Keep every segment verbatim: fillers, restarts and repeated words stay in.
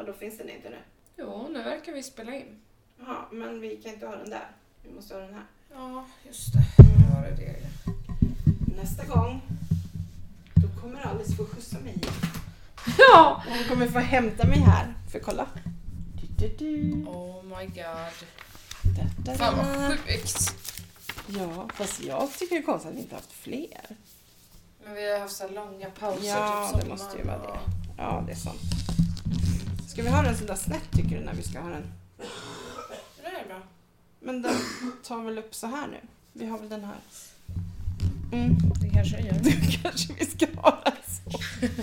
Ja, då finns den inte nu. Jo, nu verkar vi spela in. Ja, men vi kan inte ha den där. Vi måste ha den här. Ja, just det. Nu var det det. Nästa gång, då kommer Alice få skjutsa mig. Ja! Hon kommer få hämta mig här. För kolla. Du, du, du. Oh my god. Da, da, Fan da. vad sjukt. Ja, fast jag tycker det är konstigt att vi inte haft fler. Men vi har haft så här långa pauser. Ja, typ det måste ju vara det. Ja, det är sant. Ska vi ha den sådär snett tycker du när vi ska ha den? Det är bra. Men den tar väl upp så här nu. Vi har väl den här. Mm. Det kanske det gör. Då kanske vi ska ha den så.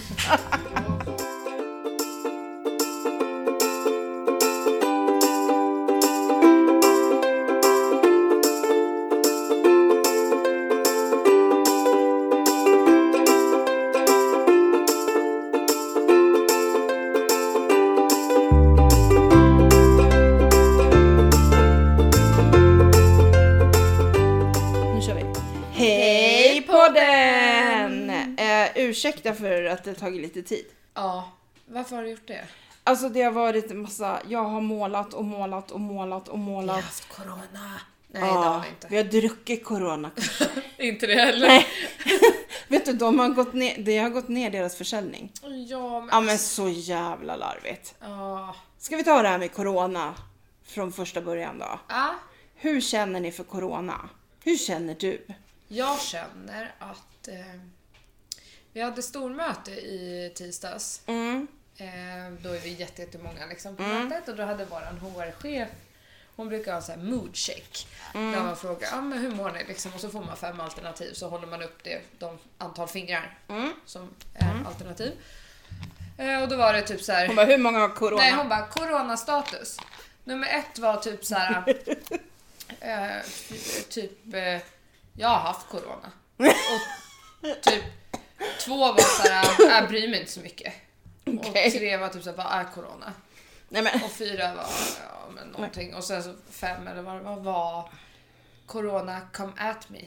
Hej podden! Eh, ursäkta för att det har tagit lite tid. Ja, varför har du gjort det? Alltså det har varit en massa, jag har målat och målat och målat och Vi har målat. haft corona. Nej, Ja, det har vi inte. vi har druckit corona. Inte det heller. Nej. Vet du, de har gått ner, det har gått ner deras försäljning. Ja, men... Ja men så jävla larvigt. Ja. Ska vi ta det här med corona från första början då? Ja. Hur känner ni för corona? Hur känner du? Jag känner att eh, vi hade stormöte i tisdags. Mm. Eh, då är vi jätte, jättemånga liksom på Mm. mötet och då hade våran H R-chef, hon brukar ha en sån här mood check. Mm. Där man frågar, ja ah, men hur mår ni liksom? Och så får man fem alternativ så håller man upp det, de antal fingrar Mm. som är Mm. alternativ. Eh, och då var det typ så här. Hon bara, hur många har corona? Nej, hon bara, coronastatus. Nummer ett var typ så här. eh, typ, eh, jag har haft corona. Och typ två var så här, jag bryr mig inte så mycket. Okej. Och tre var typ så här, vad är corona? Nej, men. Och fyra var, ja men någonting. Och sen så fem eller vad det var, var corona come at me.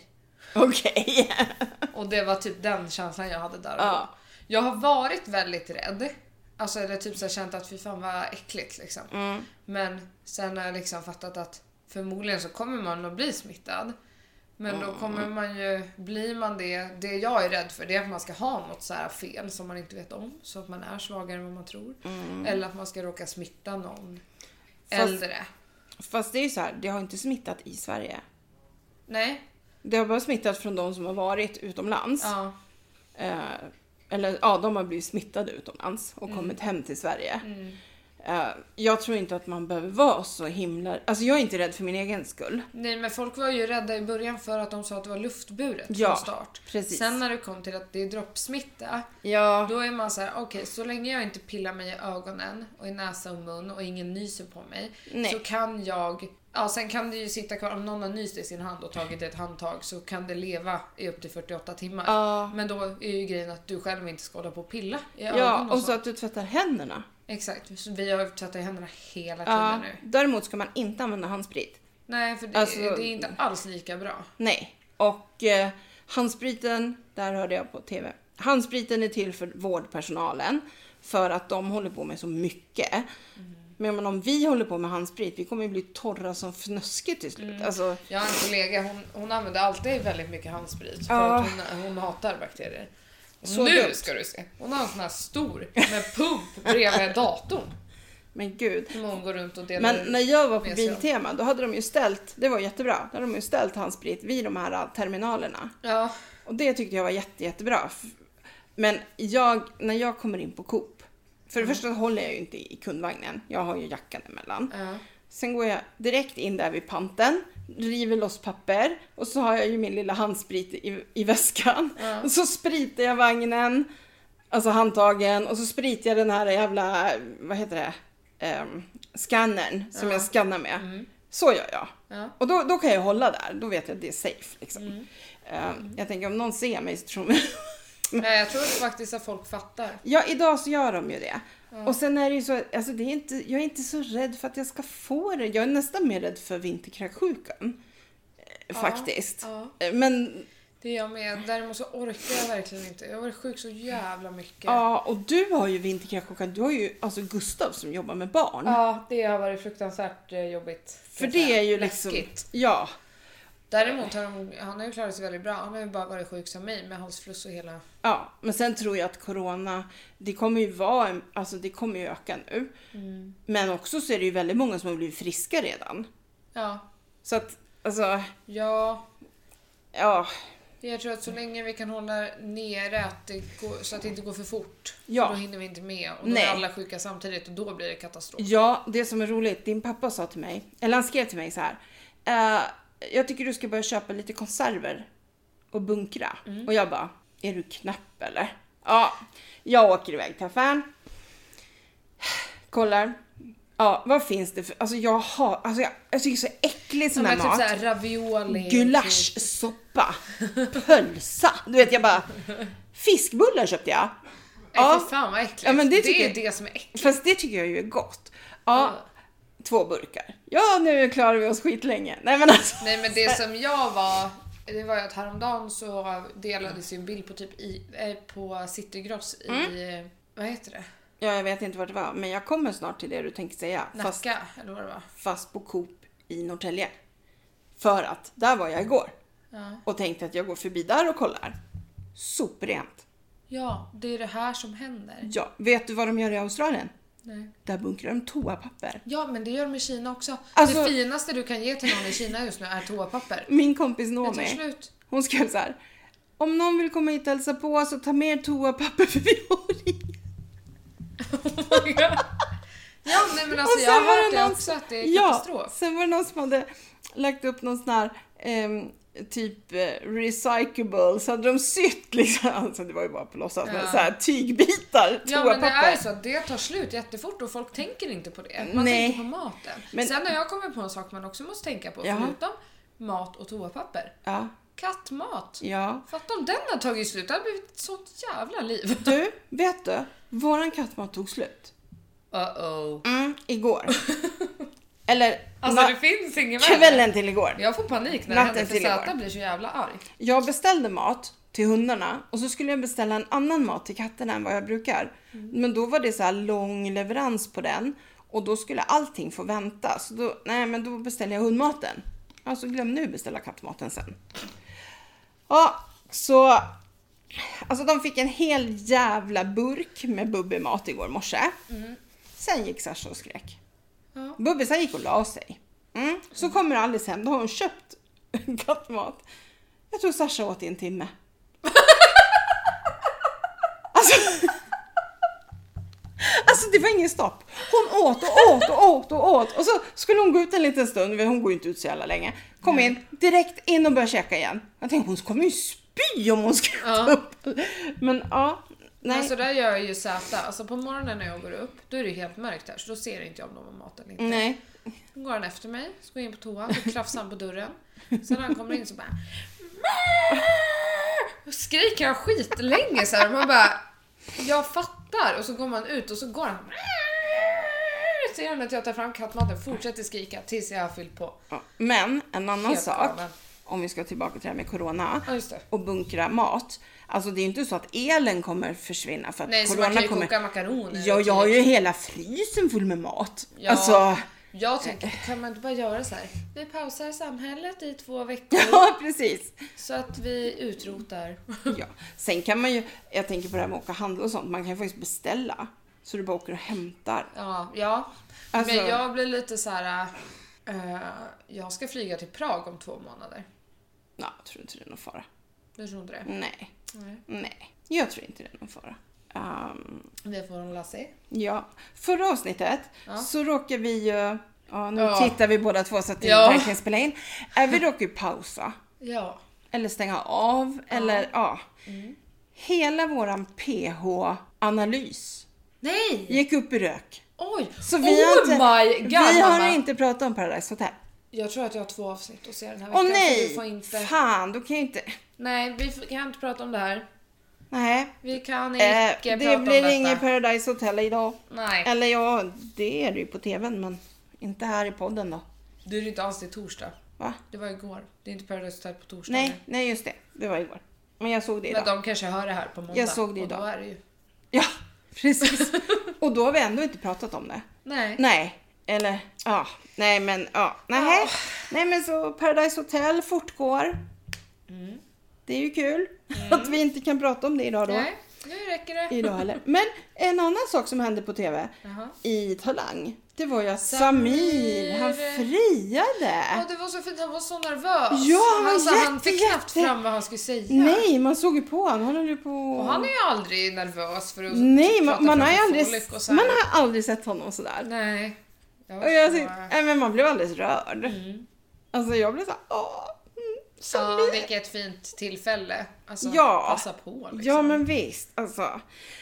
Okej. Och det var typ den känslan jag hade där och Ja. då. Jag har varit väldigt rädd. Alltså eller typ så här känt att fy fan vad äckligt liksom. Mm. Men sen har jag liksom fattat att förmodligen så kommer man att bli smittad. Men då kommer man ju, blir man det, det jag är rädd för det är att man ska ha något så här fel som man inte vet om. Så att man är svagare än vad man tror. Mm. Eller att man ska råka smitta någon Fast- äldre. Fast det är ju så här, det har inte smittat i Sverige. Nej. Det har bara smittat från de som har varit utomlands. Ja. Eh, eller ja, de har blivit smittade utomlands och Mm. kommit hem till Sverige. Mm. Eh, jag tror inte att man behöver vara så himla... Alltså jag är inte rädd för min egen skull. Nej, men folk var ju rädda i början för att de sa att det var luftburet Ja, från start. precis. Sen när det kom till att det är droppsmitta, Ja, då är man så här: okej, okay, så länge jag inte pillar mig i ögonen och i näsa och mun och ingen nyser på mig, Nej. så kan jag, ja sen kan det ju sitta kvar, om någon har nyst i sin hand och tagit ett handtag så kan det leva i upp till fyrtioåtta timmar. ja, Men då är ju grejen att du själv inte ska hålla på och pilla i ögonen ja, och, och så. så att du tvättar händerna. Exakt, så vi har tvättat i händerna hela tiden Ja, nu. däremot ska man inte använda handsprit. Nej, för det, Alltså- det är inte alls lika bra. Nej, och eh, handspriten, där hörde jag på tv. Handspriten är till för vårdpersonalen för att de håller på med så mycket. Mm. Men, men om vi håller på med handsprit, vi kommer ju bli torra som fnöske till slut. Mm. Alltså, Jag har en kollega, hon, hon använder alltid väldigt mycket handsprit för Ja. att hon, hon hatar bakterier. Och Så nu dumt. ska du se, hon har en sån här stor med pump bredvid datorn. men gud. Som hon går runt och delar. Men när jag var på med sig av. Biltema, då hade de ju ställt, det var jättebra, då hade de ju ställt handsprit vid de här terminalerna. Ja, Och det tyckte jag var jätte, jättebra. Men jag, när jag kommer in på Coop, för det Mm. första håller jag ju inte i kundvagnen, jag har ju jackan emellan. ja. Sen går jag direkt in där vid panten, river loss papper och så har jag ju min lilla handsprit i, i väskan. Ja. Och så spritar jag vagnen, alltså handtagen, och så spritar jag den här jävla, vad heter det, um, scannern som Ja. jag skannar med. Mm. Så gör jag. Ja. Och då, då kan jag hålla där, då vet jag att det är safe liksom. Mm. Um, jag tänker om någon ser mig så tror jag... Nej, jag tror faktiskt att folk fattar. Ja, idag så gör de ju det. Ja. Och sen är det ju så, alltså det är inte, jag är inte så rädd för att jag ska få det. Jag är nästan mer rädd för vinterkräksjukan. Ja, Faktiskt. Ja. Men Det är jag med. Däremot så orkar jag verkligen inte. Jag har varit sjuk så jävla mycket. Ja, och du har ju vinterkräksjuka. Du har ju alltså Gustav som jobbar med barn. Ja, det har varit fruktansvärt jobbigt. För det är ju liksom... Läskigt. Ja. Däremot har de, han har ju klarat sig väldigt bra. Han har ju bara varit sjuk som mig med halsfluss och hela... Ja, men sen tror jag att corona, det kommer ju vara, alltså det kommer ju öka nu. Mm. Men också så är det ju väldigt många som har blivit friska redan. Ja. Så att, alltså... Ja. Ja. Jag tror att så länge vi kan hålla nere att det går, så att det inte går för fort. Ja. För då hinner vi inte med. Och då Nej. är alla sjuka samtidigt och då blir det katastrof. Ja, det som är roligt, din pappa sa till mig, eller han skrev till mig så här. Eh, jag tycker du ska börja köpa lite konserver och bunkra. Mm. Och jag bara, är du knäpp eller? Ja, jag åker iväg till affären. Kollar. Ja, vad finns det för... Alltså jag har... Alltså jag, jag tycker det är så äckligt sån här typ mat. så här ravioli. Gulaschsoppa. Pölsa. Du vet, jag bara... Fiskbullar köpte jag. Ja. För fan vad äckligt. Ja, men det, det tycker, är det som är äckligt. Fast det tycker jag ju är gott. Ja, Ja. Två burkar. Ja, nu klarar vi oss skitlänge. Nej, men alltså... Nej, men det som jag var... Det var ju att häromdagen så delades ju en bild på typ i, eh, på Citygross i... Mm. Vad heter det? Ja, jag vet inte vad det var. Men jag kommer snart till det du tänker säga. Nacka, Fast, eller vad det var. fast på Coop i Norrtälje. För att där var jag igår. Ja. Och tänkte att jag går förbi där och kollar. Soprent. Ja, det är det här som händer. Ja, vet du vad de gör i Australien? Nej. Där bunkrar de toapapper. Ja, men det gör de i Kina också. Alltså- det finaste du kan ge till någon i Kina just nu är toapapper. Min kompis Det tar Nomi, slut. hon skrev så här. Om någon vill komma hit och hälsa på så ta mer toapapper för vi har inget. Ja, nej, men alltså Och jag sen har var hört det det någon också att det är Ja, katastrof. sen var det någon som hade lagt upp någon sån här ehm, typ eh, recyclable, så hade de sytt liksom, alltså det var ju bara på låtsas, Ja. men så här tygbitar, Ja, men det toapapper. är så att det tar slut jättefort och folk tänker inte på det. Man Nej. tänker på maten. Men- Sen har jag kommit på en sak man också måste tänka på, Jaha. förutom mat och toapapper. Ja, Kattmat. ja. Fatta om den har tagit slut, det hade blivit ett sånt jävla liv. Du, vet du, våran kattmat tog slut. Uh-oh. Mm, igår. Eller Alltså na- det finns ingen värre. kvällen till igår. Jag får panik när det Natten händer för till igår. Zäta blir så jävla arg. Jag beställde mat till hundarna och så skulle jag beställa en annan mat till katterna än vad jag brukar. Mm. Men då var det så här lång leverans på den och då skulle allting få vänta. Så då, nej, men då beställde jag hundmaten. Alltså glöm nu beställa kattmaten sen. Ja, så alltså de fick en hel jävla burk med bubbemat igår morse. Mm. Sen gick Sasha och skrek. Ja. Bubbisen gick och la sig. Mm. Så kommer Alice hem, då har hon köpt kattmat. Jag tror Sasha åt i en timme. alltså, alltså det var ingen stopp. Hon åt och åt och åt och åt. Och så skulle hon gå ut en liten stund, hon går ju inte ut så jävla länge. Kom in, direkt in och börja käka igen. Jag tänkte hon kommer ju spy om hon ska Ja. ta upp. Men ja, nej. Men så där gör jag ju Zäta. Alltså på morgonen när jag går upp, då är det helt mörkt här. Så då ser inte jag om de har mat eller inte. Nej. Då går han efter mig, så går jag in på toa, då krafsar han på dörren. Sen när han kommer in så bara... Och skriker han skitlänge så här. Och man bara... Jag fattar. Och så går man ut och så går han... Ser han att jag tar fram kattmaten, fortsätter skrika tills jag har fyllt på. Ja. Men en annan Helt sak, galen. om vi ska tillbaka till det här med corona Ja, just det. och bunkra mat. Alltså det är inte så att elen kommer försvinna för att Nej, så corona man kan ju kommer... koka makaroner. Ja, och jag har typ- ju hela frysen full med mat. Ja. Alltså, Jag tänker, kan man inte bara göra så här? Vi pausar samhället i två veckor ja precis. så att vi utrotar. Ja. Sen kan man ju, jag tänker på det här med att åka och handla och sånt, man kan ju faktiskt beställa. Så du bara åker och hämtar. Ja, ja. Alltså- Men jag blir lite så här. Uh, jag ska flyga till Prag om två månader. Nej, jag tror inte det är någon fara. Du tror inte det? Nej, Nej. nej. Jag tror inte det är någon fara. Um, Vi får hålla sig. ja, förra avsnittet Ja. så råkar vi ju, ja nu Ja. tittar vi båda två så att det Ja. verkligen spelar in. Äh, vi råkar ju pausa. Ja. Eller stänga av. Eller ja. Mm. Hela våran pH-analys Nej! gick upp i rök. Oj! Så vi oh har inte, my god, vi har mamma. inte pratat om Paradise Hotel. Jag tror att jag har två avsnitt att se den här Åh veckan. så nej! Vi får inte... Fan, då kan jag inte... Nej, vi får- kan inte prata om det här. Nej. Vi kan Eh, inte prata det om blir detta. ingen Paradise Hotel idag. Nej. Eller ja, det är det ju på tvn, men inte här i podden då. Du är inte alls till torsdag. Va? Det var igår. Det är inte Paradise Hotel på torsdag. Nej, nej just det. Det var igår. Men jag såg det idag. Men de kanske hör det här på måndag. Jag såg det idag. Och då är det ju... Ja, precis. Och då har vi ändå inte pratat om det. Nej. Nej, eller ja, nej men ja, nej. Oh. Nej men så Paradise Hotel fortgår. Mm. Det är ju kul Mm. att vi inte kan prata om det idag då. Nej, nu räcker det. Idag heller. Men en annan sak som hände på tv Jaha. i Talang, det var ju att Samir. Samir, han friade. Ja, det var så fint. Han var så nervös. Ja, han var alltså, jätte, han fick knappt jätte- fram vad han skulle säga. Nej, man såg ju på han. Han höll ju på... Och han är ju aldrig nervös för att Nej, prata man, man har ju framför aldrig, folk och så här. man har aldrig sett honom sådär. Nej. Jag var Och jag så... tyckte, nej, men man blev alldeles rörd. Mm. Alltså jag blev så här, åh, mm, Samir. Ja, vilket fint tillfälle. Alltså, Ja. passa på liksom. Ja, men visst. Alltså,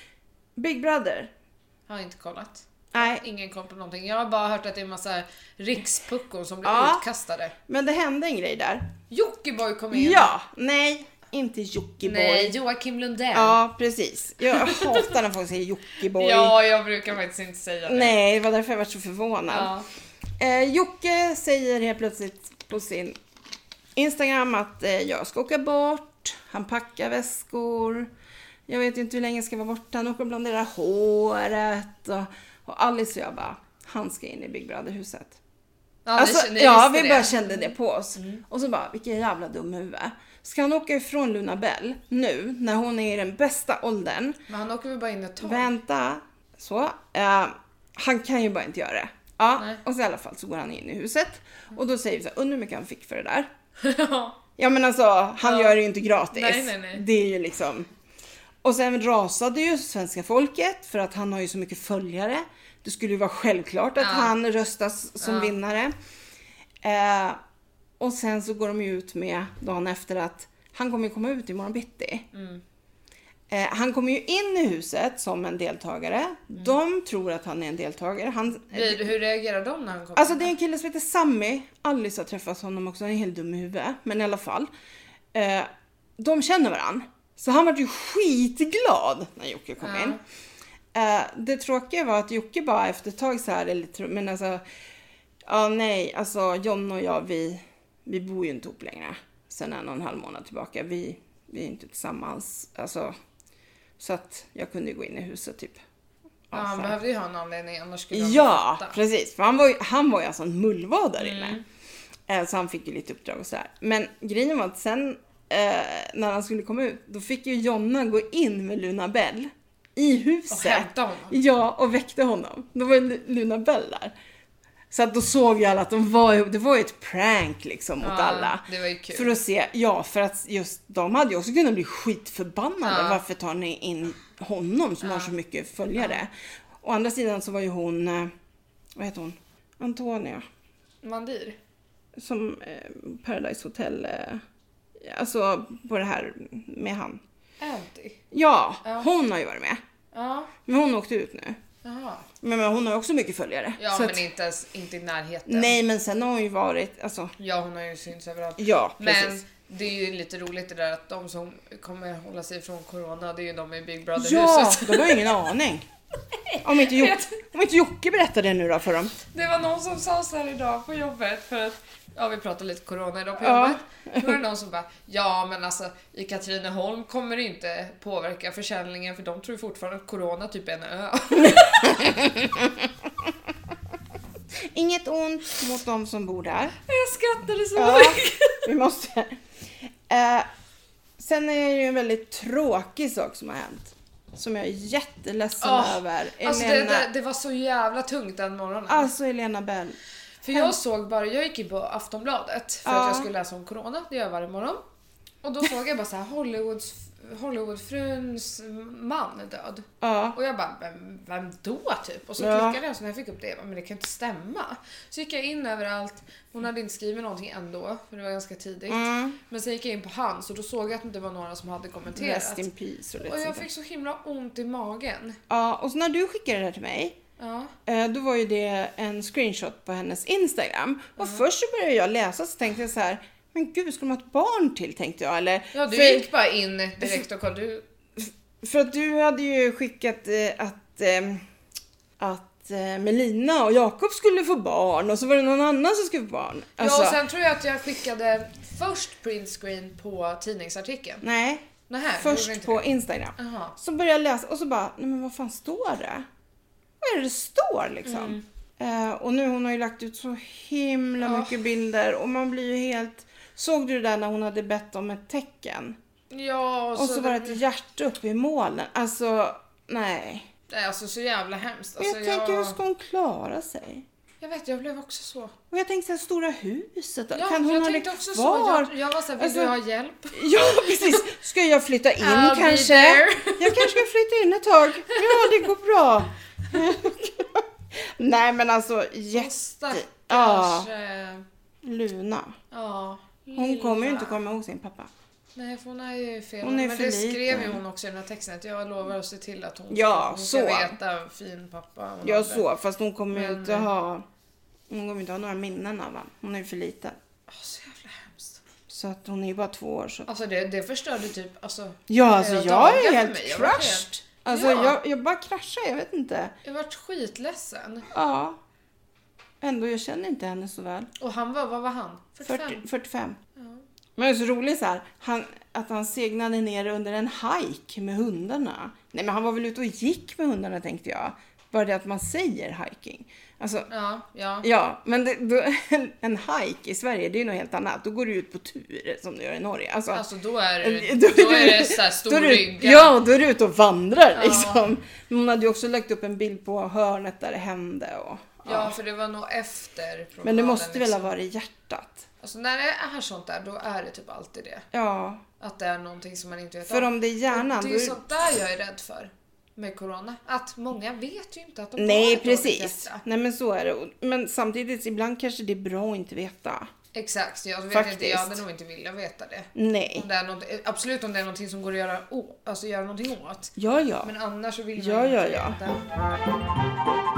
Big Brother. Har inte kollat. Nej, Ingen koll på någonting. Jag har bara hört att det är en massa rikspuckor som blir Ja. utkastade. men det hände en grej där. Jockiboi kom in. Ja, nej, inte Jockiboi. Nej, Joakim Lundell. Ja, precis. Jag hatar när folk säger Jockiboi. Ja, jag brukar faktiskt inte säga det. Nej, det var därför jag var så förvånad. Ja. Eh, Jocke säger helt plötsligt på sin Instagram att eh, jag ska åka bort. Han packar väskor. Jag vet inte hur länge jag ska vara borta. Han åker och blanderar håret. Och, och Alice och jag bara, han ska in i Big Brother-huset. Ja, Alltså, ni, ni ja, visste vi det. bara kände det på oss. Mm. Och så bara, vilken jävla dum huvud. Ska han åka ifrån Luna Bell nu, när hon är i den bästa åldern? Men han åker väl bara in ett tag. Vänta, så. Eh, han kan ju bara inte göra det. Ja, Nej. och så i alla fall så går han in i huset. Och då säger vi så här, undrar hur mycket han fick för det där. Ja. Ja men alltså, han Ja. gör det ju inte gratis. Nej, nej, nej. Det är ju liksom... Och sen rasade ju svenska folket för att han har ju så mycket följare. Det skulle ju vara självklart att Ja. han röstas som Ja. vinnare. Eh, och sen så går de ju ut med dagen efter att han kommer ju komma ut imorgon bitti. Mm. Eh, han kommer ju in i huset som en deltagare. Mm. De tror att han är en deltagare. Han, Hur, hur reagerar de när han kommer? Alltså det är en kille som heter Sammy. Alice har träffat honom också. Han är helt dum i huvudet. Men i alla fall. Eh, de känner varann. Så han var ju skitglad när Jocke kom Ja. in. Eh, det tråkiga var att Jocke bara efter ett tag så här. Är lite, men alltså. Ja nej. Alltså John och jag vi, vi bor ju inte ihop längre. Sen en och en halv månad tillbaka. Vi, vi är inte tillsammans. Alltså. Så att jag kunde gå in i huset typ. Ja, han så här. behövde ju ha en anledning, annars skulle han Ja, fatta. precis. För han var ju, han var ju alltså en mullvad där inne. Mm. Eh, Så han fick ju lite uppdrag och sådär. Men grejen var att sen eh, när han skulle komma ut, då fick ju Jonna gå in med Luna Bell i Och huset. hämta honom. Ja, och väckte honom. Då var ju Luna Bell där. Så att då såg ju alla att de var ju, det var ju ett prank liksom mot Ja, alla. det var ju kul. För att se, ja för att just de hade ju också kunnat bli skitförbannade. Ja. Varför tar ni in honom som Ja. har så mycket följare? Å andra sidan så var ju hon, eh, vad heter hon? Antonia. Mandir. Som eh, Paradise Hotel, eh, alltså på det här med han. Anty. Ja, Ja. hon har ju varit med. Ja, Men hon åkte ut nu. jaha. Men, men hon har ju också mycket följare. Ja, Så men att, inte, ens- inte i närheten. nej, men sen har hon ju varit, alltså, Ja, hon har ju synts överallt. ja, precis. Men det är ju lite roligt det där att de som kommer hålla sig från corona, det är ju de i Big Brother-huset. Ja, de har ju ingen aning. Om inte, Jocke, om inte Jocke berättade det nu då för dem. Det var någon som sa så här idag på jobbet för att ja, vi pratade lite corona idag på Ja. jobbet. Då var det någon som bara, ja men alltså i Katrineholm kommer det inte påverka försäljningen för de tror fortfarande att corona typ är en ö. Inget ont mot de som bor där. Jag skrattade så Ja, mycket. vi måste. Eh, sen är det ju en väldigt tråkig sak som har hänt. Som jag är jätteledsen Ja, över. Alltså det, Elena, det, det var så jävla tungt den morgonen. alltså Elena Bell. För jag såg bara, jag gick in på Aftonbladet för Ja. att jag skulle läsa om corona, det gör jag varje morgon. Och då såg jag bara så här Hollywoods, Hollywoodfruns man är död. Ja. Och jag bara, vem, vem då typ? Och så Ja. klickade jag så när jag fick upp det, jag bara, men det kan inte stämma. Så gick jag in överallt, hon hade inte skrivit någonting ändå, för det var ganska tidigt. Mm. Men sen gick jag in på hans och då såg jag att det var några som hade kommenterat. Rest in peace och lite Och jag sånt där. fick så himla ont i magen. Ja, och så när du skickade det här till mig. Ja. Eh, Då var ju det en screenshot på hennes Instagram. Och först så började jag läsa så tänkte jag så här. Men gud, ska de ha ett barn till tänkte jag. Eller, Ja, du för, gick bara in direkt och kollade. Du... för att du hade ju skickat eh, att, eh, att att eh, Melina och Jakob skulle få barn och så var det någon annan som skulle få barn. Alltså, Ja, och sen tror jag att jag skickade först printscreen på tidningsartikeln. nej, Nähä, först gjorde inte på det? Instagram. Aha. Så började jag läsa och så bara, nej men vad fan står det? Vad är det det står liksom? Mm. Eh, och nu hon har ju lagt ut så himla Ja. mycket bilder och man blir ju helt... Såg du det där när hon hade bett om ett tecken? Ja, och, Och så var det ett hjärta uppe i målen. Alltså, nej. Det är alltså så jävla hemskt. Och Alltså, jag tänker, hur ska hon klara sig? Jag vet, jag blev också så. Och jag tänkte så här, stora huset då? Ja, Kan hon jag ha det tänkte kvar? också så. Jag, jag var såhär, vill Alltså- du ha hjälp? Ja, precis. Ska jag flytta in I'll be kanske? there. Jag kanske ska flytta in ett tag. Ja, det går bra. Nej, men alltså, jätte... Stackars... Ja. eh, Luna. Ja. Hon lilla. kommer ju inte komma ihåg sin pappa. Nej, för hon är ju fel. Hon är men för det skrev ju liten. hon också i den här texten. Att jag lovar att se till att hon, Ja, hon ska så. veta fin pappa. Hon Ja, hade. så. Fast hon kommer ju Men- inte ha... Hon kommer inte ha några minnen av honom. Hon är ju för liten. Åh, så jävla hemskt. Så att hon är ju bara två år. Så. Alltså det, det förstörde typ... Alltså, Ja, alltså hela jag dagen är för helt mig. Jag var helt- crushed. Alltså Ja. jag, jag bara kraschar, jag vet inte. jag vart skitledsen. Ja. Ändå, jag känner inte henne så väl. Och han var, vad var han? fyrtiofem? fyrtio, fyrtiofem. Ja. Men det är så roligt så här, han, att han segnade ner under en hike med hundarna. Nej, men han var väl ute och gick med hundarna, tänkte jag. Bara det att man säger hiking. Alltså, Ja, ja. ja, men det, då, en, en hike i Sverige, det är något helt annat. Då går du ut på tur som du gör i Norge. Alltså, Alltså då är det, Då då är är det- det så här stor då är du, rygga. ja, då är du ute och vandrar Ja. liksom. Men hon hade ju också lagt upp en bild på hörnet där det hände. Och, ja. Ja, för det var nog efter promenaden. Men det måste väl ha liksom. varit hjärtat. Alltså när det är sånt där, då är det typ alltid det. Ja, Att det är någonting som man inte vet för om. om det är hjärnan... Och det då är är- sånt där jag är rädd för med corona. Att många vet ju inte att de har Nej, ett dåligt precis. hjärta. Nej, men så är det. Men samtidigt, ibland kanske det är bra att inte veta. Exakt, jag vet Faktiskt. inte, jag hade nog inte velat veta det. Nej. Om det är något, absolut om det är någonting som går att göra, å, alltså göra någonting åt. Ja, ja. Men annars så vill man Ja, ju ja, inte ja. veta.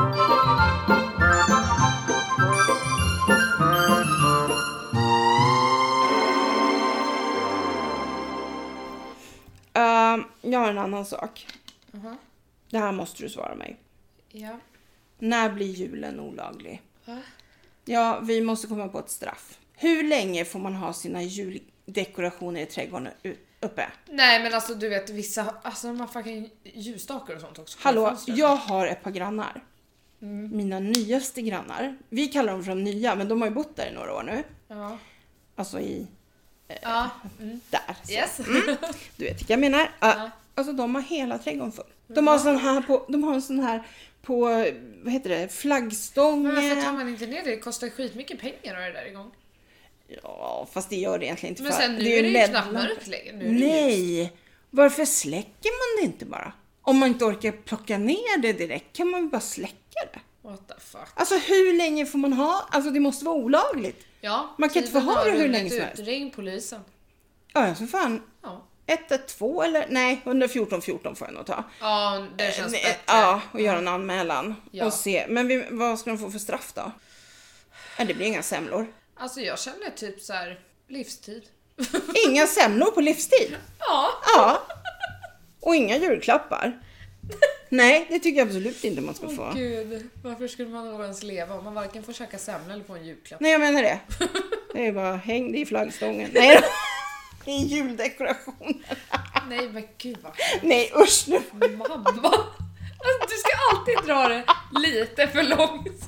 Uh, jag har en annan sak. Aha. Det här måste du svara mig. Ja. När blir julen olaglig? Va? Ja, vi måste komma på ett straff. Hur länge får man ha sina juldekorationer i trädgården u- uppe? Nej men alltså du vet vissa, alltså de har fucking ljusstakar och sånt också. Hallå, jag har ett par grannar. Mina nyaste grannar. Vi kallar dem för de nya, men de har ju bott där i några år nu. Ja. Alltså i... Ja. Mm. Där. Så. Yes. Du vet vilka jag menar. Ja. Alltså de har hela trädgården full. De har, sån här på, de har en sån här på, vad heter det, flaggstången. Men varför tar man inte ner det? Det kostar skitmycket pengar att ha det där igång. Ja, fast det gör det egentligen inte. Men för- sen nu ju är det ju L E knappt D-lampor. mörkt längre. Nu är det ljus. Nej, varför släcker man det inte bara? Om man inte orkar plocka ner det direkt kan man ju bara släcka det. What the fuck. Alltså hur länge får man ha? Alltså det måste vara olagligt. Ja, Man kan inte få tiden ha har det hur runnit länge som ut. helst. Ring polisen. Ja, jag så fan. Ja. ett ett två eller nej, ett ett fyra fjorton får jag nog ta. Ja, det känns Nej, bättre. Ja, och göra en anmälan. Ja. Och se. Men vi, vad ska de få för straff då? Ja, det blir inga semlor. Alltså jag känner typ så här livstid. Inga semlor på livstid. Ja. Ja. Och inga julklappar. Nej, det tycker jag absolut inte man ska få. Åh gud, varför skulle man då ens leva om man varken får käka semla eller få en julklapp? Nej, jag menar det. Det är bara häng det i flaggstången. Nej då. Det är juldekorationen. Nej men gud vad Nej, usch nu. mamma. Alltså, du ska alltid dra det lite för långt.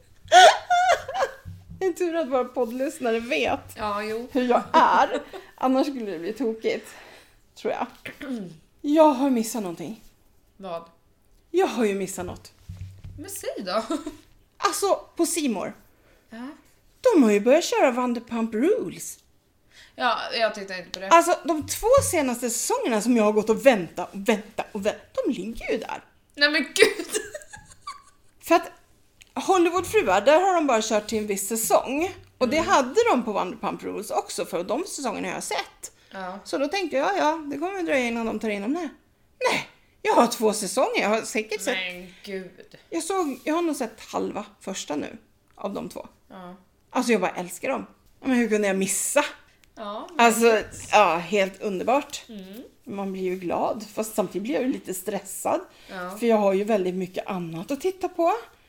Det är tur att våra poddlyssnare vet Ja, jo. hur jag är. Annars skulle det bli tokigt. Tror jag. Jag har missat någonting. Vad? Jag har ju missat något. Men säg då. Alltså, på C More. Ja. De har ju börjat köra Vanderpump Rules. Ja, jag tittar inte på det. Alltså, de två senaste säsongerna som jag har gått och väntat och väntat och väntat, de ligger ju där. Nej men gud. För att Hollywoodfruar, där har de bara kört till en viss säsong. Och det hade de på Vanderpump Rules också, för de säsongerna har jag sett. Ja. Så då tänkte jag, ja, det kommer att dröja innan de tar in dem där. Nej, jag har två säsonger. Jag har säkert sett, Men gud. jag såg, jag har nog sett halva första nu av de två. Ja. Alltså jag bara älskar dem. Men hur kunde jag missa? Ja. Alltså, ja, helt underbart. Mm. Man blir ju glad, fast samtidigt blir jag ju lite stressad. Ja. För jag har ju väldigt mycket annat att titta på.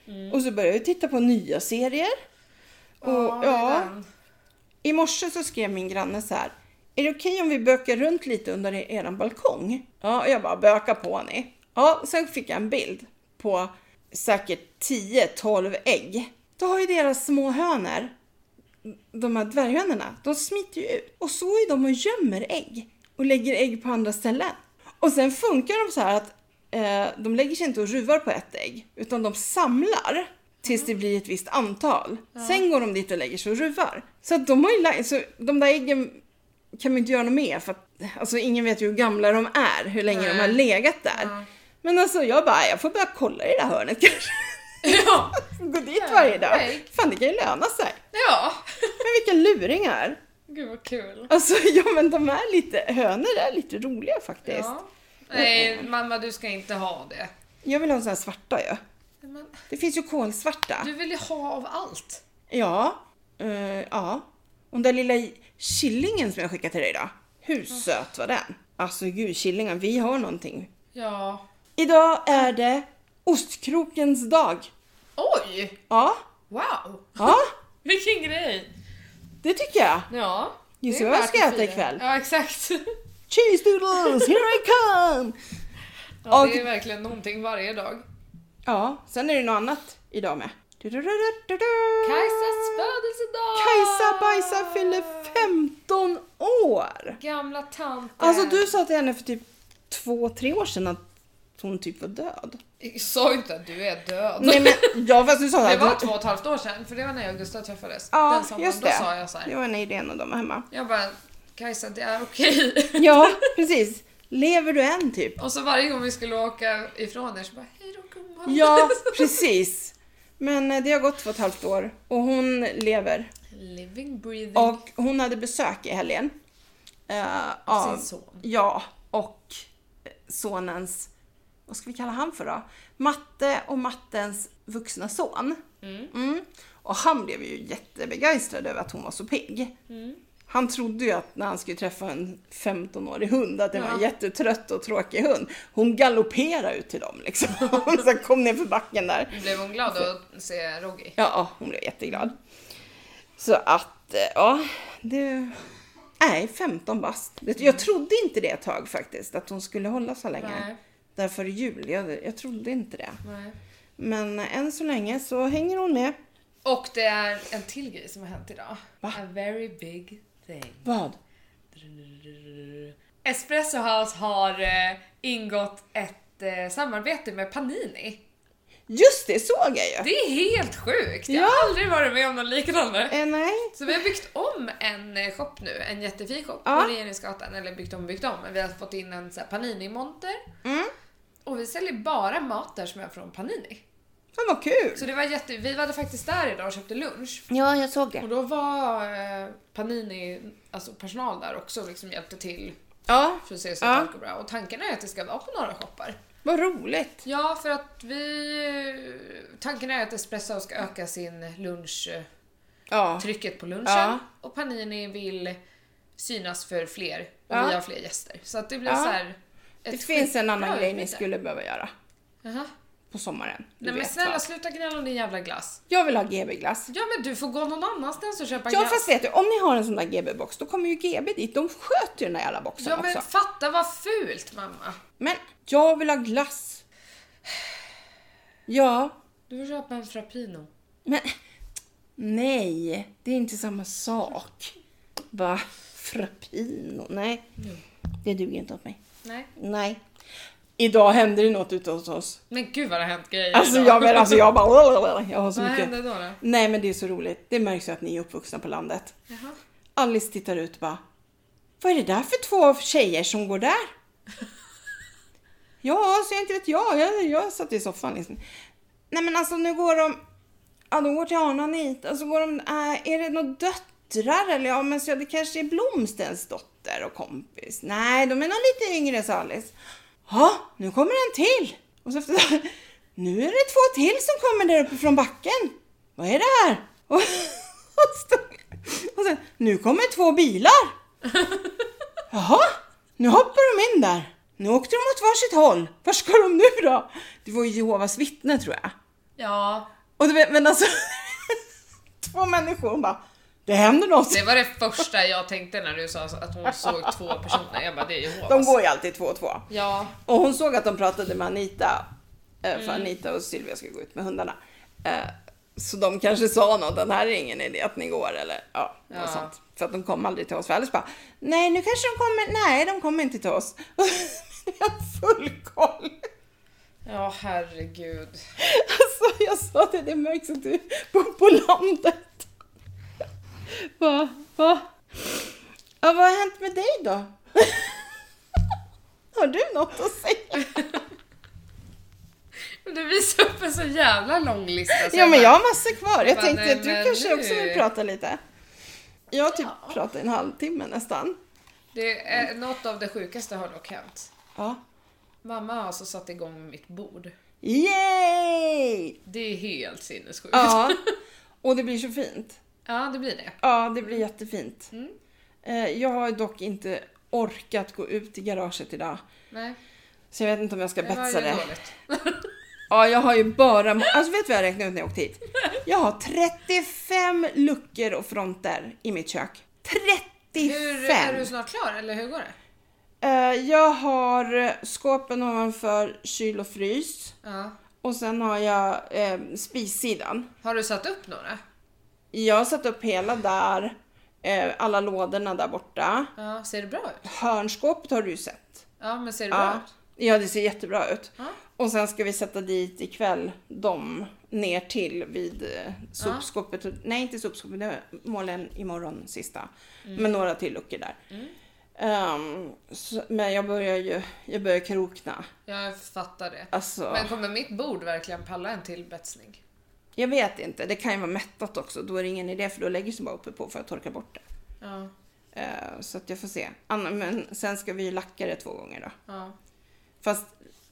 Mm. Och så började jag titta på nya serier. Och ja, ja, i morse så skrev min granne så här: är det okej om vi bökar runt lite under er balkong? Ja, jag bara, böka på ni. Ja, sen fick jag en bild på säkert tio tolv ägg. Då har ju deras små hönor, de här dvärghönorna, de smiter ju ut. Och så är de och gömmer ägg. Och lägger ägg på andra ställen. Och sen funkar de så här att eh, de lägger sig inte och ruvar på ett ägg. Utan de samlar tills det blir ett visst antal. Ja. Sen går de dit och lägger sig och ruvar. Så att de har ju, så de där äggen kan man inte göra något med. För att alltså, ingen vet ju hur gamla de är. Hur länge Nej. de har legat där. Ja. Men alltså jag bara, jag får bara kolla i det här hörnet kanske. Ja. Gå dit varje dag. Nej. Fan, det kan ju löna sig. Ja. Men vilka luringar. Gud vad kul. Alltså, ja men de är lite, hönor är lite roliga faktiskt. Ja. Nej, mamma du ska inte ha det. Jag vill ha sådana här svarta ju. Ja. Men... Det finns ju kolsvarta. Du vill ju ha av allt. Ja, uh, ja. Och den där lilla killingen som jag skickade till dig då. Hur oh. söt var den? Alltså gud, killingen, vi har någonting. Ja. Idag är det ostkrokens dag. Oj! Ja. Wow! Ja. Vilken grej! Det tycker jag. Ja. Just vad jag ska äta ikväll. Ja, exakt. Cheese doodles, here I come! Ja, och, det är verkligen någonting varje dag. Ja, sen är det något annat idag med. Kajsas födelsedag! Kajsa Bajsa fyller femton år! Gamla tanten. Alltså du sa till henne för typ två, tre år sedan att hon typ var död. Jag sa inte att du är död. Nej men, ja fast du sa det. Det var du... två och ett halvt år sedan, för det var när jag och Gustav träffades. Ja, den sommaren, just det. Då sa jag så här. Det var när idén och de var hemma. Jag bara, Kajsa det är okej. Ja, precis. Lever du än typ? Och så varje gång vi skulle åka ifrån er så bara, hej då gumman. Ja, precis. Men det har gått två och ett halvt år och hon lever. Living, breathing. Och hon hade besök i helgen. Uh, av sin son. Ja, och sonens, vad ska vi kalla han för då? Matte och Mattens vuxna son. Mm. Mm. Och han blev ju jättebegeistrad över att hon var så pigg. Mm. Han trodde ju att när han skulle träffa en femton-årig hund att det ja. var en jättetrött och tråkig hund. Hon galopperade ut till dem liksom. Och sen kom ner för backen där. Blev hon glad att se Roggy? Ja, hon blev jätteglad. Så att, ja, det... Nej, femton bast. Jag trodde inte det ett tag faktiskt, att hon skulle hålla så länge. Nej. Därför jul, jag, jag trodde inte det. Nej. Men än så länge så hänger hon med. Och det är en till grej som har hänt idag. Va? A very big thing. Vad? Espresso House har eh, ingått ett eh, samarbete med Panini. Just det, såg jag ju. Det är helt sjukt. Jag ja. har aldrig varit med om något liknande. Eh, nej. Så vi har byggt om en shop nu, en jättefin shop ja. på Regeringsgatan. Eller byggt om, byggt om. Men vi har fått in en så här Panini-monter. Mm. Och vi säljer bara mat där som är från Panini. Det var kul. Så det var jätte... Vi var faktiskt där idag och köpte lunch. Ja, jag såg det. Och då var eh, Panini, alltså personal där också, liksom hjälpte till. Ja. För att se så ja. att det går bra. Och tanken är att det ska vara på några shoppar. Vad roligt. Ja, för att vi... Tanken är att Espresso ska öka sin lunch... Ja. Trycket på lunchen. Ja. Och Panini vill synas för fler. Och ja. vi har fler gäster. Så att det blir ja. så här... Det finns en annan grej ni skulle behöva göra. Jaha. På sommaren. Du Nej men snälla, vad. sluta gnälla om din jävla glass. Jag vill ha G B-glass. Ja men du får gå någon annanstans och köpa ja, glass. Ja fast vet du, om ni har en sån där G B-box då kommer ju G B dit. De sköter ju den där jävla boxen ja, också. Ja men fatta vad fult mamma. Men jag vill ha glass. Ja. Du får köpa en Frappino. Men nej, det är inte samma sak. Va? Frappino? Nej. Mm. Det duger inte åt mig. Nej. Nej. Idag händer det något ute hos oss. Men gud vad det har hänt grejer alltså idag. jag, men, alltså jag bara... Jag har så vad mycket. hände då, då? Nej men det är så roligt. Det märks ju att ni är uppvuxna på landet. Jaha. Alice tittar ut och bara... Vad är det där för två tjejer som går där? ja, så jag inte vet jag. Jag, jag satt i soffan liksom. Nej men alltså nu går de... Ja, de går till Arna och Anita. Alltså går de... Äh, är det några döttrar? Eller ja, men så det kanske är Blomstens dotter och kompis. Nej, de är nog lite yngre, sa Alice. Ja, nu kommer en till. Och så efter det, nu är det två till som kommer där uppe från backen. Vad är det här? Och, och, stod, och sen, nu kommer två bilar. Jaha, nu hoppar de in där. Nu åkte de åt varsitt håll. Var ska de nu då? Det var ju Jehovas vittne tror jag. Ja, Och du vet, men alltså två människor, hon bara, det händer något. Det var det första jag tänkte när du sa att hon såg två personer. Jag bara, det är Jehovas. De går ju alltid två och två. Ja. Och hon såg att de pratade med Anita, för Mm. Anita och Sylvia ska gå ut med hundarna. Så de kanske sa något, den här är ingen idé att ni går, eller ja, Ja. något sånt. För att de kom aldrig till oss. För Alice bara, nej nu kanske de kommer, nej de kommer inte till oss. Jag har full koll. Ja, herregud. Alltså jag sa det, det märks att du bor på landet. Va? Va? Ja, vad har hänt med dig då? Har du något att säga? Du visar upp en så jävla lång lista. Så Ja, men bara, jag har massor kvar. Jag bara, tänkte nej, att du men kanske nu- också vill prata lite. Jag har typ Ja. pratat en halvtimme nästan. Det är något av det sjukaste har dock hänt. Ja. Mamma har alltså satt igång mitt bord. Yay! Det är helt sinnessjukt. Ja, och det blir så fint. Ja, det blir det. Ja, det blir jättefint. Mm. Eh, Jag har dock inte orkat gå ut i garaget idag. Nej, Så jag vet inte om jag ska det var betsa ju det. dåligt. Ja, jag har ju bara... Alltså vet du vad jag räknade ut när jag åkte hit? Jag har trettiofem luckor och fronter i mitt kök. trettiofem! Hur, är du snart klar eller hur går det? Eh, Jag har skåpen ovanför kyl och frys. Ja. Och sen har jag eh, spissidan. Har du satt upp några? Jag har satt upp hela där. Eh, alla lådorna där borta. Ja, ser det bra ut? Hörnskåpet har du ju sett. Ja, men ser det bra Ja, ut? ja, det ser jättebra ut. Ja. Och sen ska vi sätta dit ikväll dem ner till vid eh, sopskåpet. Nej, inte sopskåpet. Det är målen imorgon sista. Mm. Men några till luckor där. Mm. Ehm, så, men jag börjar ju jag börjar krokna. Jag fattar det. Alltså, Men kommer mitt bord verkligen palla en till betsning? jag vet inte. Det kan ju vara mättat också. Då är det ingen idé för då lägger sig bara uppe på för att torka bort det. Ja. Ehm, så att jag får se. Anna, men sen ska vi ju lacka det två gånger då. Ja. Fast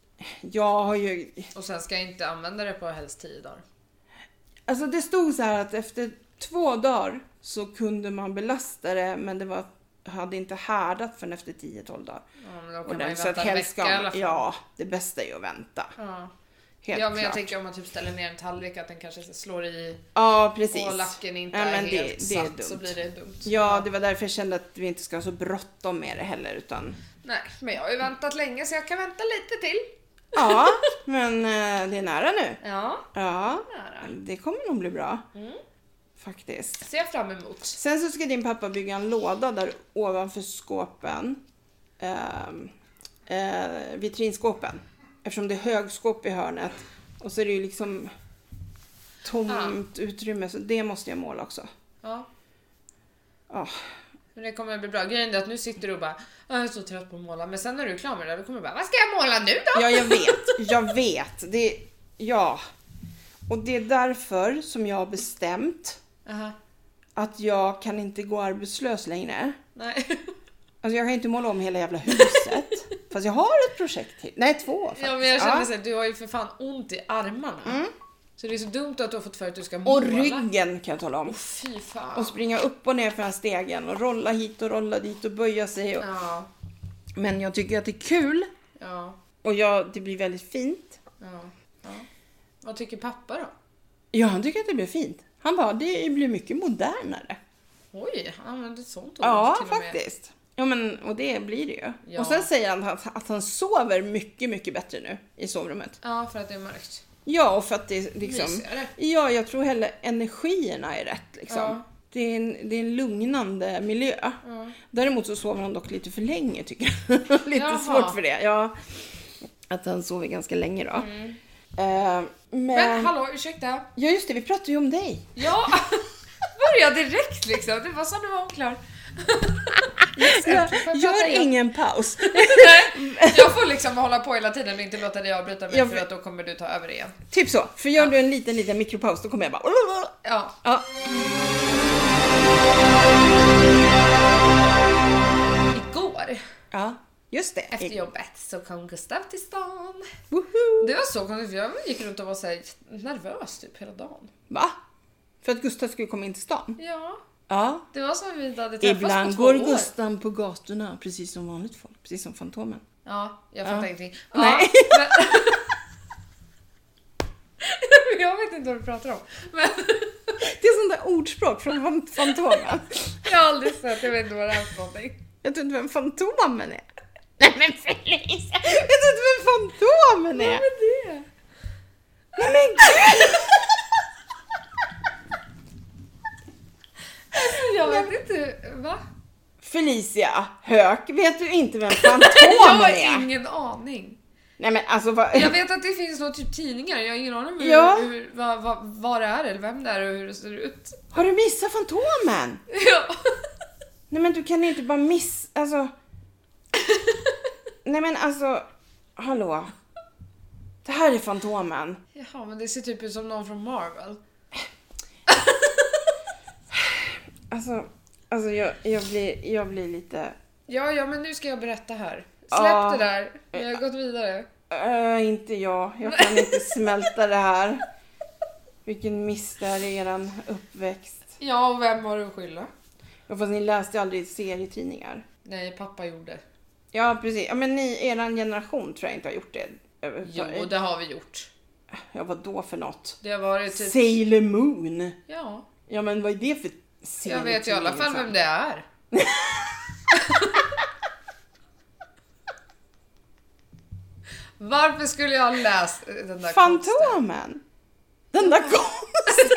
jag har ju... Och sen ska jag inte använda det på helst tio dagar. Alltså det stod så här att efter två dagar så kunde man belasta det, men det var, hade inte härdat förrän efter tio tolv dagar. Ja, men då Och kan man den, ju så att vänta en helst vecka i ska, alla fall. ja, det bästa är ju att vänta. Ja. Helt Ja, men jag klart. tänker om man typ ställer ner en tallrik att den kanske slår i Ja, precis. och lacken inte Ja, är men det- helt det är satt så dumt. blir det dumt. Ja, det var därför jag kände att vi inte ska ha så bråttom med det heller, utan... Nej, men jag har ju väntat länge så jag kan vänta lite till. Ja, men eh, det är nära nu. Ja, Ja, nära. det kommer nog bli bra. Mm. Faktiskt. Ser jag fram emot. Sen så ska din pappa bygga en låda där ovanför skåpen. ehm, Eh, vitrinskåpen. Eftersom det är högskåp i hörnet. Och så är det ju liksom tomt utrymme. Så det måste jag måla också. Ja, Ja. men det kommer att bli bra. Grejen är att nu sitter du och bara, jag är så trött på att måla. Men sen när du är klar med det där, då kommer du bara, vad ska jag måla nu då? Ja, jag vet. Jag vet. Det, ja. Och det är därför som jag har bestämt Aha. att jag kan inte gå arbetslös längre. Nej. Alltså jag kan inte måla om hela jävla huset. Fast jag har ett projekt till. Nej, två faktiskt. Ja, men jag känner Ja. så här, du har ju för fan ont i armarna. Mm. Så det är så dumt att du har fått för att du ska måla. Och ryggen kan jag tala om. Åh, fy fan. Och springa upp och ner för den här stegen. Och rolla hit och rolla dit och böja sig. Och... Ja, Men jag tycker att det är kul. ja, Och jag, det blir väldigt fint. ja, ja. Vad tycker pappa då? Ja, han tycker att det blir fint. Han bara, det blir mycket modernare. Oj, han använder ett sånt ord Ja, till och med. faktiskt. Ja, men och det blir det ju. Ja. Och sen säger han att, att han sover mycket, mycket bättre nu i sovrummet. Ja, för att det är mörkt. Ja, och för att det är liksom... Mysigare. Ja, jag tror heller energierna är rätt liksom. Ja. Det, är en, det är en lugnande miljö. Ja. Däremot så sover han dock lite för länge tycker jag. Lite Jaha. svårt för det. Ja, att han sover ganska länge då. Mm. Eh, men... Men hallå, ursäkta. Ja, just det. Vi pratade ju om dig. Ja, börja direkt liksom. Det var så du var klar. Yes, Jag, äntligen får jag prata gör igen. ingen paus. Nej, jag får liksom hålla på hela tiden och inte låta dig avbryta mig Jag för vet. att då kommer du ta över igen. Typ så. För gör Ja. du en liten, liten mikropaus då kommer jag bara... Ja. Ja. Igår, Ja, just det. efter jobbet, så kom Gustav till stan. Woho! Det var så konstigt för jag gick runt och var så här nervös typ hela dagen. Va? För att Gustav skulle komma in till stan? Ja, Ja. det var som att vi inte hade träffats Ibland på två går år. Gustav på gatorna precis som vanligt folk. Precis som Fantomen. Ja, jag fattar Ja. ingenting. Ja, Nej. Men... jag vet vet inte vad du pratar om. Men... Det är sånt där ordspråk från Fantomen. Jag har aldrig sett, jag vet inte vad det är för någonting. Jag vet inte vem Fantomen är. Nej men Felicia, jag vet inte vem Fantomen är. Vad är det? Nej men gud! Jag vet inte, va? Felicia Höök, vet du inte vem Fantomen Jag har är? ingen aning. Nej men alltså vad... Jag vet att det finns några typ tidningar, jag har ingen aning om hur, Ja. hur, vad, vad, vad det är eller vem det är och hur det ser ut. Har du missat Fantomen? Ja. Nej men du kan inte bara miss... Alltså... Nej men alltså... Hallå. Det här är Fantomen. Jaha, men det ser typ ut som någon från Marvel. Alltså... Alltså jag, jag, blir, jag blir lite... Ja, ja, men nu ska jag berätta här. Släpp Ja. det där, jag har gått vidare. Äh, inte jag. Jag kan inte smälta det här. Vilken miss det är i eran uppväxt. Ja, och vem har du att skylla? Ja, fast ni läste aldrig serietidningar. Nej, pappa gjorde. Ja, precis. Ja, men ni, eran generation tror jag inte har gjort det. Jo, det har vi gjort. Ja, vad då för något? Det har varit typ... Sailor Moon. Ja, Ja, men vad är det för jag serietidning? vet i alla fall vem det är. Varför skulle jag ha läst den där konsten? Fantomen. Den där konsten.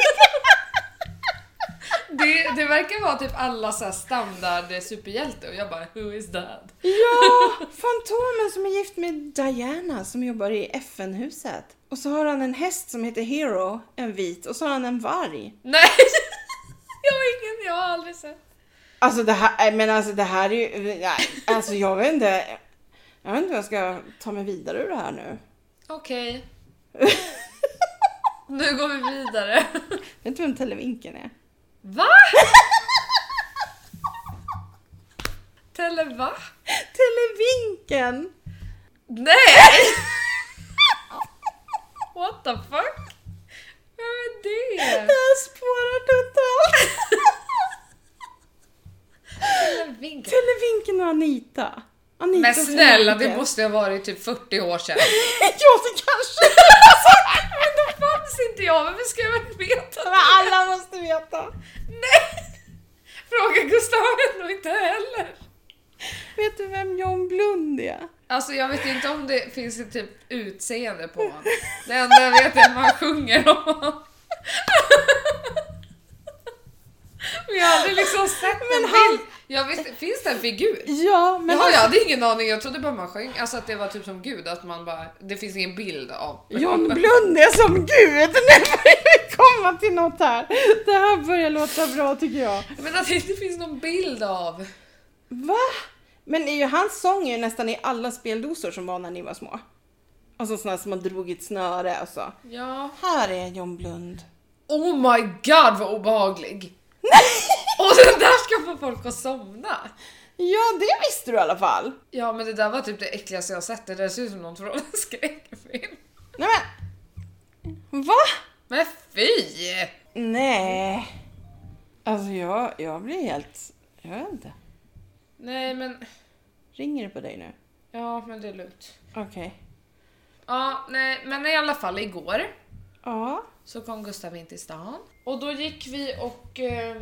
Det, det verkar vara typ alla så här standard superhjälte och jag bara, who is that? Ja, Fantomen som är gift med Diana som jobbar i F N-huset. Och så har han en häst som heter Hero, en vit. Och så har han en varg. Nej, jag har ingen, jag har aldrig sett. Alltså det här, men alltså det här är ju, nej, alltså jag vet inte, jag vet inte hur jag ska ta mig vidare ur det här nu. Okej. Nu går vi vidare. Vet inte vem Televinken är? Va? Tele va? Televinken! Nej! What the fuck? Vem är det? Jag spårar totalt. Televinken. Televinken och Anita. Anita Men och snälla, det Televinken. måste ha varit typ fyrtio år sedan. Ja, det kanske. Men då fanns inte jag, varför ska jag väl veta Men det? alla måste veta. Nej! Fråga Gustav ändå inte heller. Vet du vem John Blund är? Alltså jag vet inte om det finns ett typ utseende på honom. Det enda jag vet är att man sjunger om honom. Men jag har aldrig liksom sett Men en han- bild. Jag visste, finns det en figur? Ja, men Jaha, alltså, jag hade ingen aning, jag trodde bara man sjöng. Alltså att det var typ som Gud, att man bara, det finns ingen bild av. John Blund är som Gud. Nu börjar vi komma till något här. Det här börjar låta bra tycker jag. Men att det inte finns någon bild av. Va? Men är ju, hans sång är ju nästan i alla speldosor som var när ni var små. Alltså sådana som man drog i ett snöre och så. Ja. Här är John Blund. Oh my god vad obehaglig. Och den där ska få folk att somna. Ja, det visste du i alla fall. Ja, men det där var typ det äckligaste jag har sett. Det där ser ut som någon från en skräckfilm. Nej men, va? Men fy! Nej. Alltså jag, jag blir helt, jag vet inte. Nej, men... Ringer det på dig nu? Ja, men det är lugnt. Okej. Ja, nej, men i alla fall igår Ja. så kom Gustav in till stan. Och då gick vi och äh,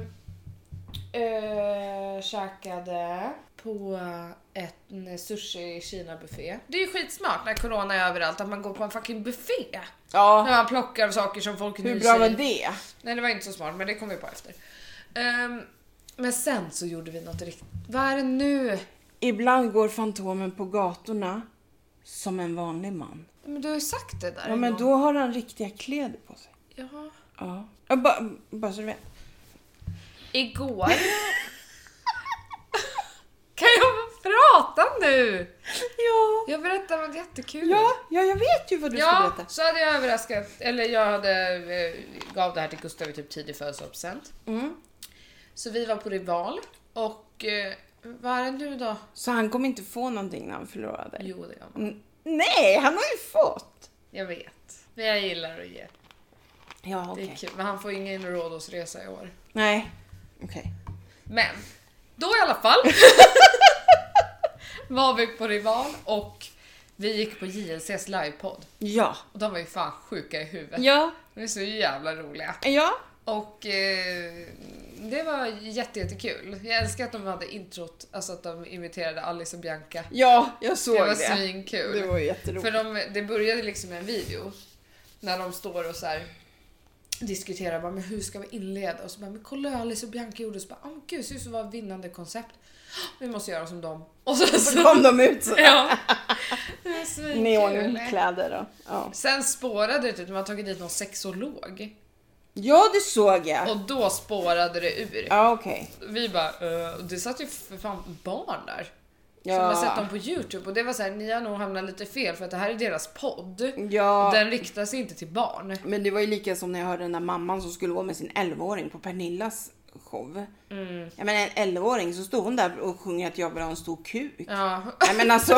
äh, käkade på ett, en sushi Kina buffé. Det är ju skitsmart när corona är överallt att man går på en fucking buffé. Ja. När man plockar saker som folk Hur nyser bra var i. det? Nej, det var inte så smart, men det kom vi på efter. Um, men sen så gjorde vi något riktigt. Vad är det nu? Ibland går Fantomen på gatorna som en vanlig man. Men du har ju sagt det där. Ja, men en då har han riktiga kläder på sig. gång. Jaha. Ja. Ja, bara, bara så du vet. Igår. Kan jag få prata nu? Ja. Jag berättar något jättekul. Ja, ja, jag vet ju vad du ska Ja, berätta. så hade jag överraskat. Eller jag hade eh, gav det här till Gustav i typ tidig födelsedagspresent. Mm. Så vi var på Rival. Och eh, vad är det nu då? Så han kommer inte få någonting när han förlorar dig? Jo, det gör man. Mm. Nej, han har ju fått. Jag vet. Men jag gillar att ge. Ja, Det okej. är kul. Men han får ingen Rhodosresa i år. Nej, okej. Men, då i alla fall var vi på Rival och Vi gick på J L C:s livepodd. Ja. Och de var ju fan sjuka i huvudet. Ja. De är så jävla roliga. Ja. Och eh, det var jätte, jättekul. Jag älskar att de hade introt, alltså att de imiterade Alice och Bianca. Ja, jag såg det. Det var svinkul. Det var jätteroligt. För de, det började liksom med en video när de står och så här diskuterar bara, men hur ska vi inleda? Och så bara, men kolla hur Alice och Bianca gjorde. Och så bara, åh oh, gud, så det var ett vinnande koncept. Vi måste göra som dem. Och så, så kom de ut så. Ja. Neonkläder då. Ja. Sen spårade det typ, de har tagit dit någon sexolog. Ja, det såg jag. Och då spårade det ur. Ja, okej. Okay. Vi bara, uh, det satt ju för fan barn där. Ja. Som har sett dem på YouTube. Och det var så här, ni har nog hamnat lite fel. För att det här är deras podd. Ja. Den riktar sig inte till barn. Men det var ju lika som när jag hörde den där mamman som skulle vara med sin elvaåring på Pernillas show. Mm. Jag menar, en elvaåring så stod hon där och sjunger att jag vill ha en stor kuk. Ja. Nej, men alltså,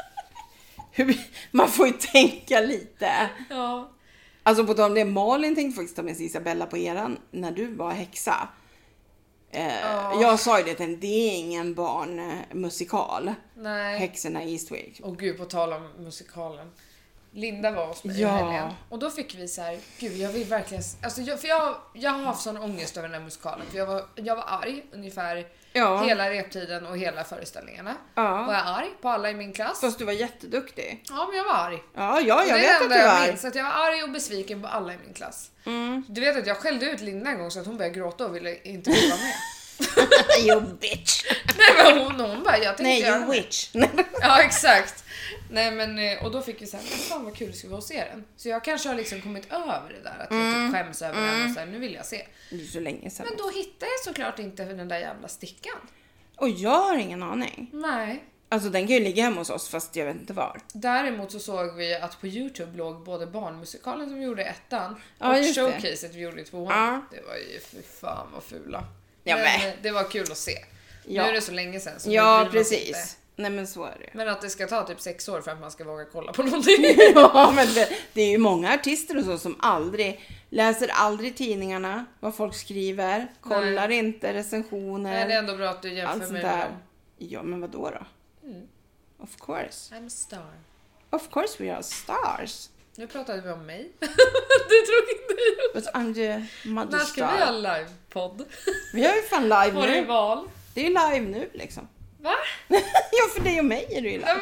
man får ju tänka lite. Ja. Alltså på tal om det, Malin tänkte faktiskt ta med sig Isabella på eran när du var häxa. Eh, ja. Jag sa ju det, det är ingen barnmusikal. Nej. Häxorna i Eastwick. Och gud, på tal om musikalen. Linda var hos mig Ja. i helgen. Och då fick vi så här, gud jag vill verkligen, alltså jag, för jag, jag har haft sån ångest över den här musikalen. För jag var, jag var arg ungefär Ja. hela reptiden och hela föreställningarna. Ja. Var jag arg på alla i min klass? Fast du var jätteduktig. Ja, men jag var arg. Ja, ja, Och jag det vet är att det du enda jag var. minns, att jag var arg och besviken på alla i min klass. Mm. Du vet att jag skällde ut Linda en gång så att hon började gråta och ville inte vara med. You bitch. Nej, men hon, hon bara, jag tänkte Nej, göra you det. witch. Ja, exakt. Nej, men och då fick vi så här, fan vad kul, ska vi se den? Så jag kanske har liksom kommit över det där att jag Mm. typ skäms över Mm. den och så här, nu vill jag se. Det är så länge sedan. Men då hittade jag såklart inte den där jävla stickan. Och jag har ingen aning. Nej. Alltså den kan ju ligga hemma hos oss fast jag vet inte var. Däremot så såg vi att på YouTube låg både barnmusikalen som vi gjorde i ettan Ja, och just det. showcaset vi gjorde i tvåan. Ja. Det var ju för fan vad fula. Ja, men men. det var kul att se. Ja. Nu är det så länge sedan så nu Ja, bryr man sig inte. precis. Nej, men så är det. Men att det ska ta typ sex år för att man ska våga kolla på någonting. Ja, men det, det är ju många artister och så som aldrig läser aldrig tidningarna, vad folk skriver, kollar inte recensioner. Nej, det är ändå bra att du allt jämför sånt med där. dem. Ja, men vad då då? Mm. Of course. I'm a star. Of course we are stars. Nu pratade vi om mig. Du drog in dig. But I'm the mother När ska vi ha star. livepodd? Vi har ju fan live Får du nu. val? Det är ju live nu liksom. Va? Ja, för dig och mig är det ju live.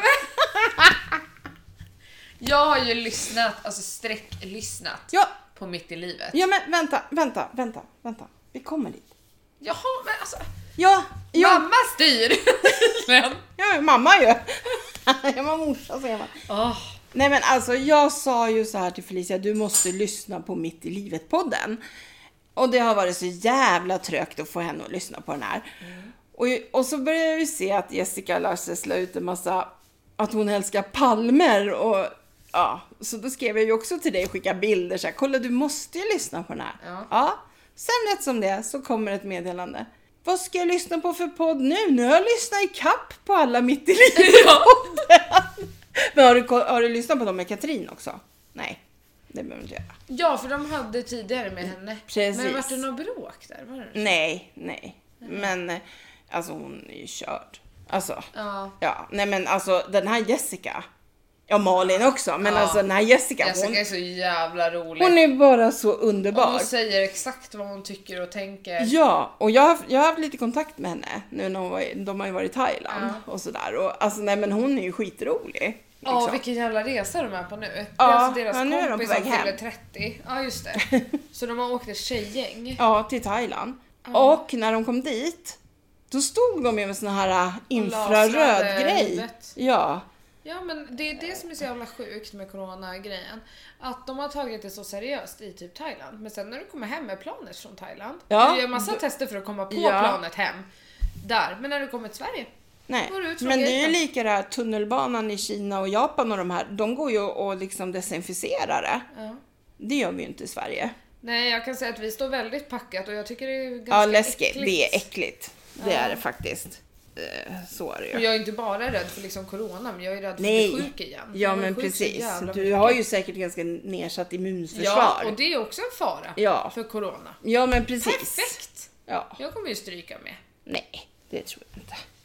Jag har ju lyssnat, alltså sträcklyssnat Ja, på Mitt i livet. ja men vänta, vänta, vänta, vänta. Vi kommer dit. Jaha, men alltså. Ja, ja. Mamma styr! Men. Ja, mamma ju. Jag var morsa säger man. Oh. Nej men alltså jag sa ju så här till Felicia, du måste lyssna på Mitt i livet-podden. Och det har varit så jävla trögt att få henne att lyssna på den här. Mm. Och, och så började vi se att Jessica Larsen la ut en massa, att hon älskar palmer och ja. Så då skrev jag ju också till dig och skickade bilder så här, kolla du måste ju lyssna på den här. Ja. Ja. Sen rätt som det så kommer ett meddelande. Vad ska jag lyssna på för podd nu? Nu har jag lyssnat i kapp på alla Mitt i livet-podden. Men har du, har du lyssnat på dem med Katrin också? Nej, det behöver du inte göra. Ja, för de hade tidigare med henne. Precis. Men var det någon bråk där? Var det? Nej, nej. Men eh, alltså hon är ju körd. Alltså, Ja. ja. Nej men alltså den här Jessica. Ja, Malin också. Men Ja. alltså den här Jessica. Jessica Hon, är så jävla rolig. hon är bara så Och underbar. hon säger exakt vad hon tycker och tänker. Ja, och jag har, jag har haft lite kontakt med henne. Nu när hon var, de har ju varit i Thailand Ja. och sådär. Och alltså nej men hon är ju skitrolig. Ja, liksom. vilken jävla resa de är på nu. Det Ja, är alltså deras ja, nu är de kompis på väg som hem. fyller trettio. Ja, just det. Så de har åkt ett tjejgäng. Ja, till Thailand. Ja. Och när de kom dit, då stod de med en sån här äh, lasrade infraröd grej. huvudet. Ja. Ja, men det är det som är så jävla sjukt med corona-grejen. Att de har tagit det så seriöst i typ Thailand. Men sen när du kommer hem med planet från Thailand. Ja, Du gör massa du- tester för att komma på Ja. planet hem. Där. Men när du kommer till Sverige. Nej, Går ut från men det är ju gaten. lika det här tunnelbanan i Kina och Japan och de här, de går ju och liksom desinficerar det. Ja. Det gör vi ju inte i Sverige. Nej, jag kan säga att vi står väldigt packat och jag tycker det är ganska Ja, läskigt. äckligt. Det är äckligt. Det Ja. är det faktiskt. Eh, Så är det Och ju. jag är inte bara rädd för liksom corona, men jag är rädd för Nej. att bli sjuk igen. Ja, Jag är men sjuk så precis. jävla Du mycket. har ju säkert ganska nedsatt immunförsvar. Ja, och det är också en fara Ja. för corona. Ja, men precis. Perfekt! Ja. Jag kommer ju stryka med. Nej, det tror jag inte.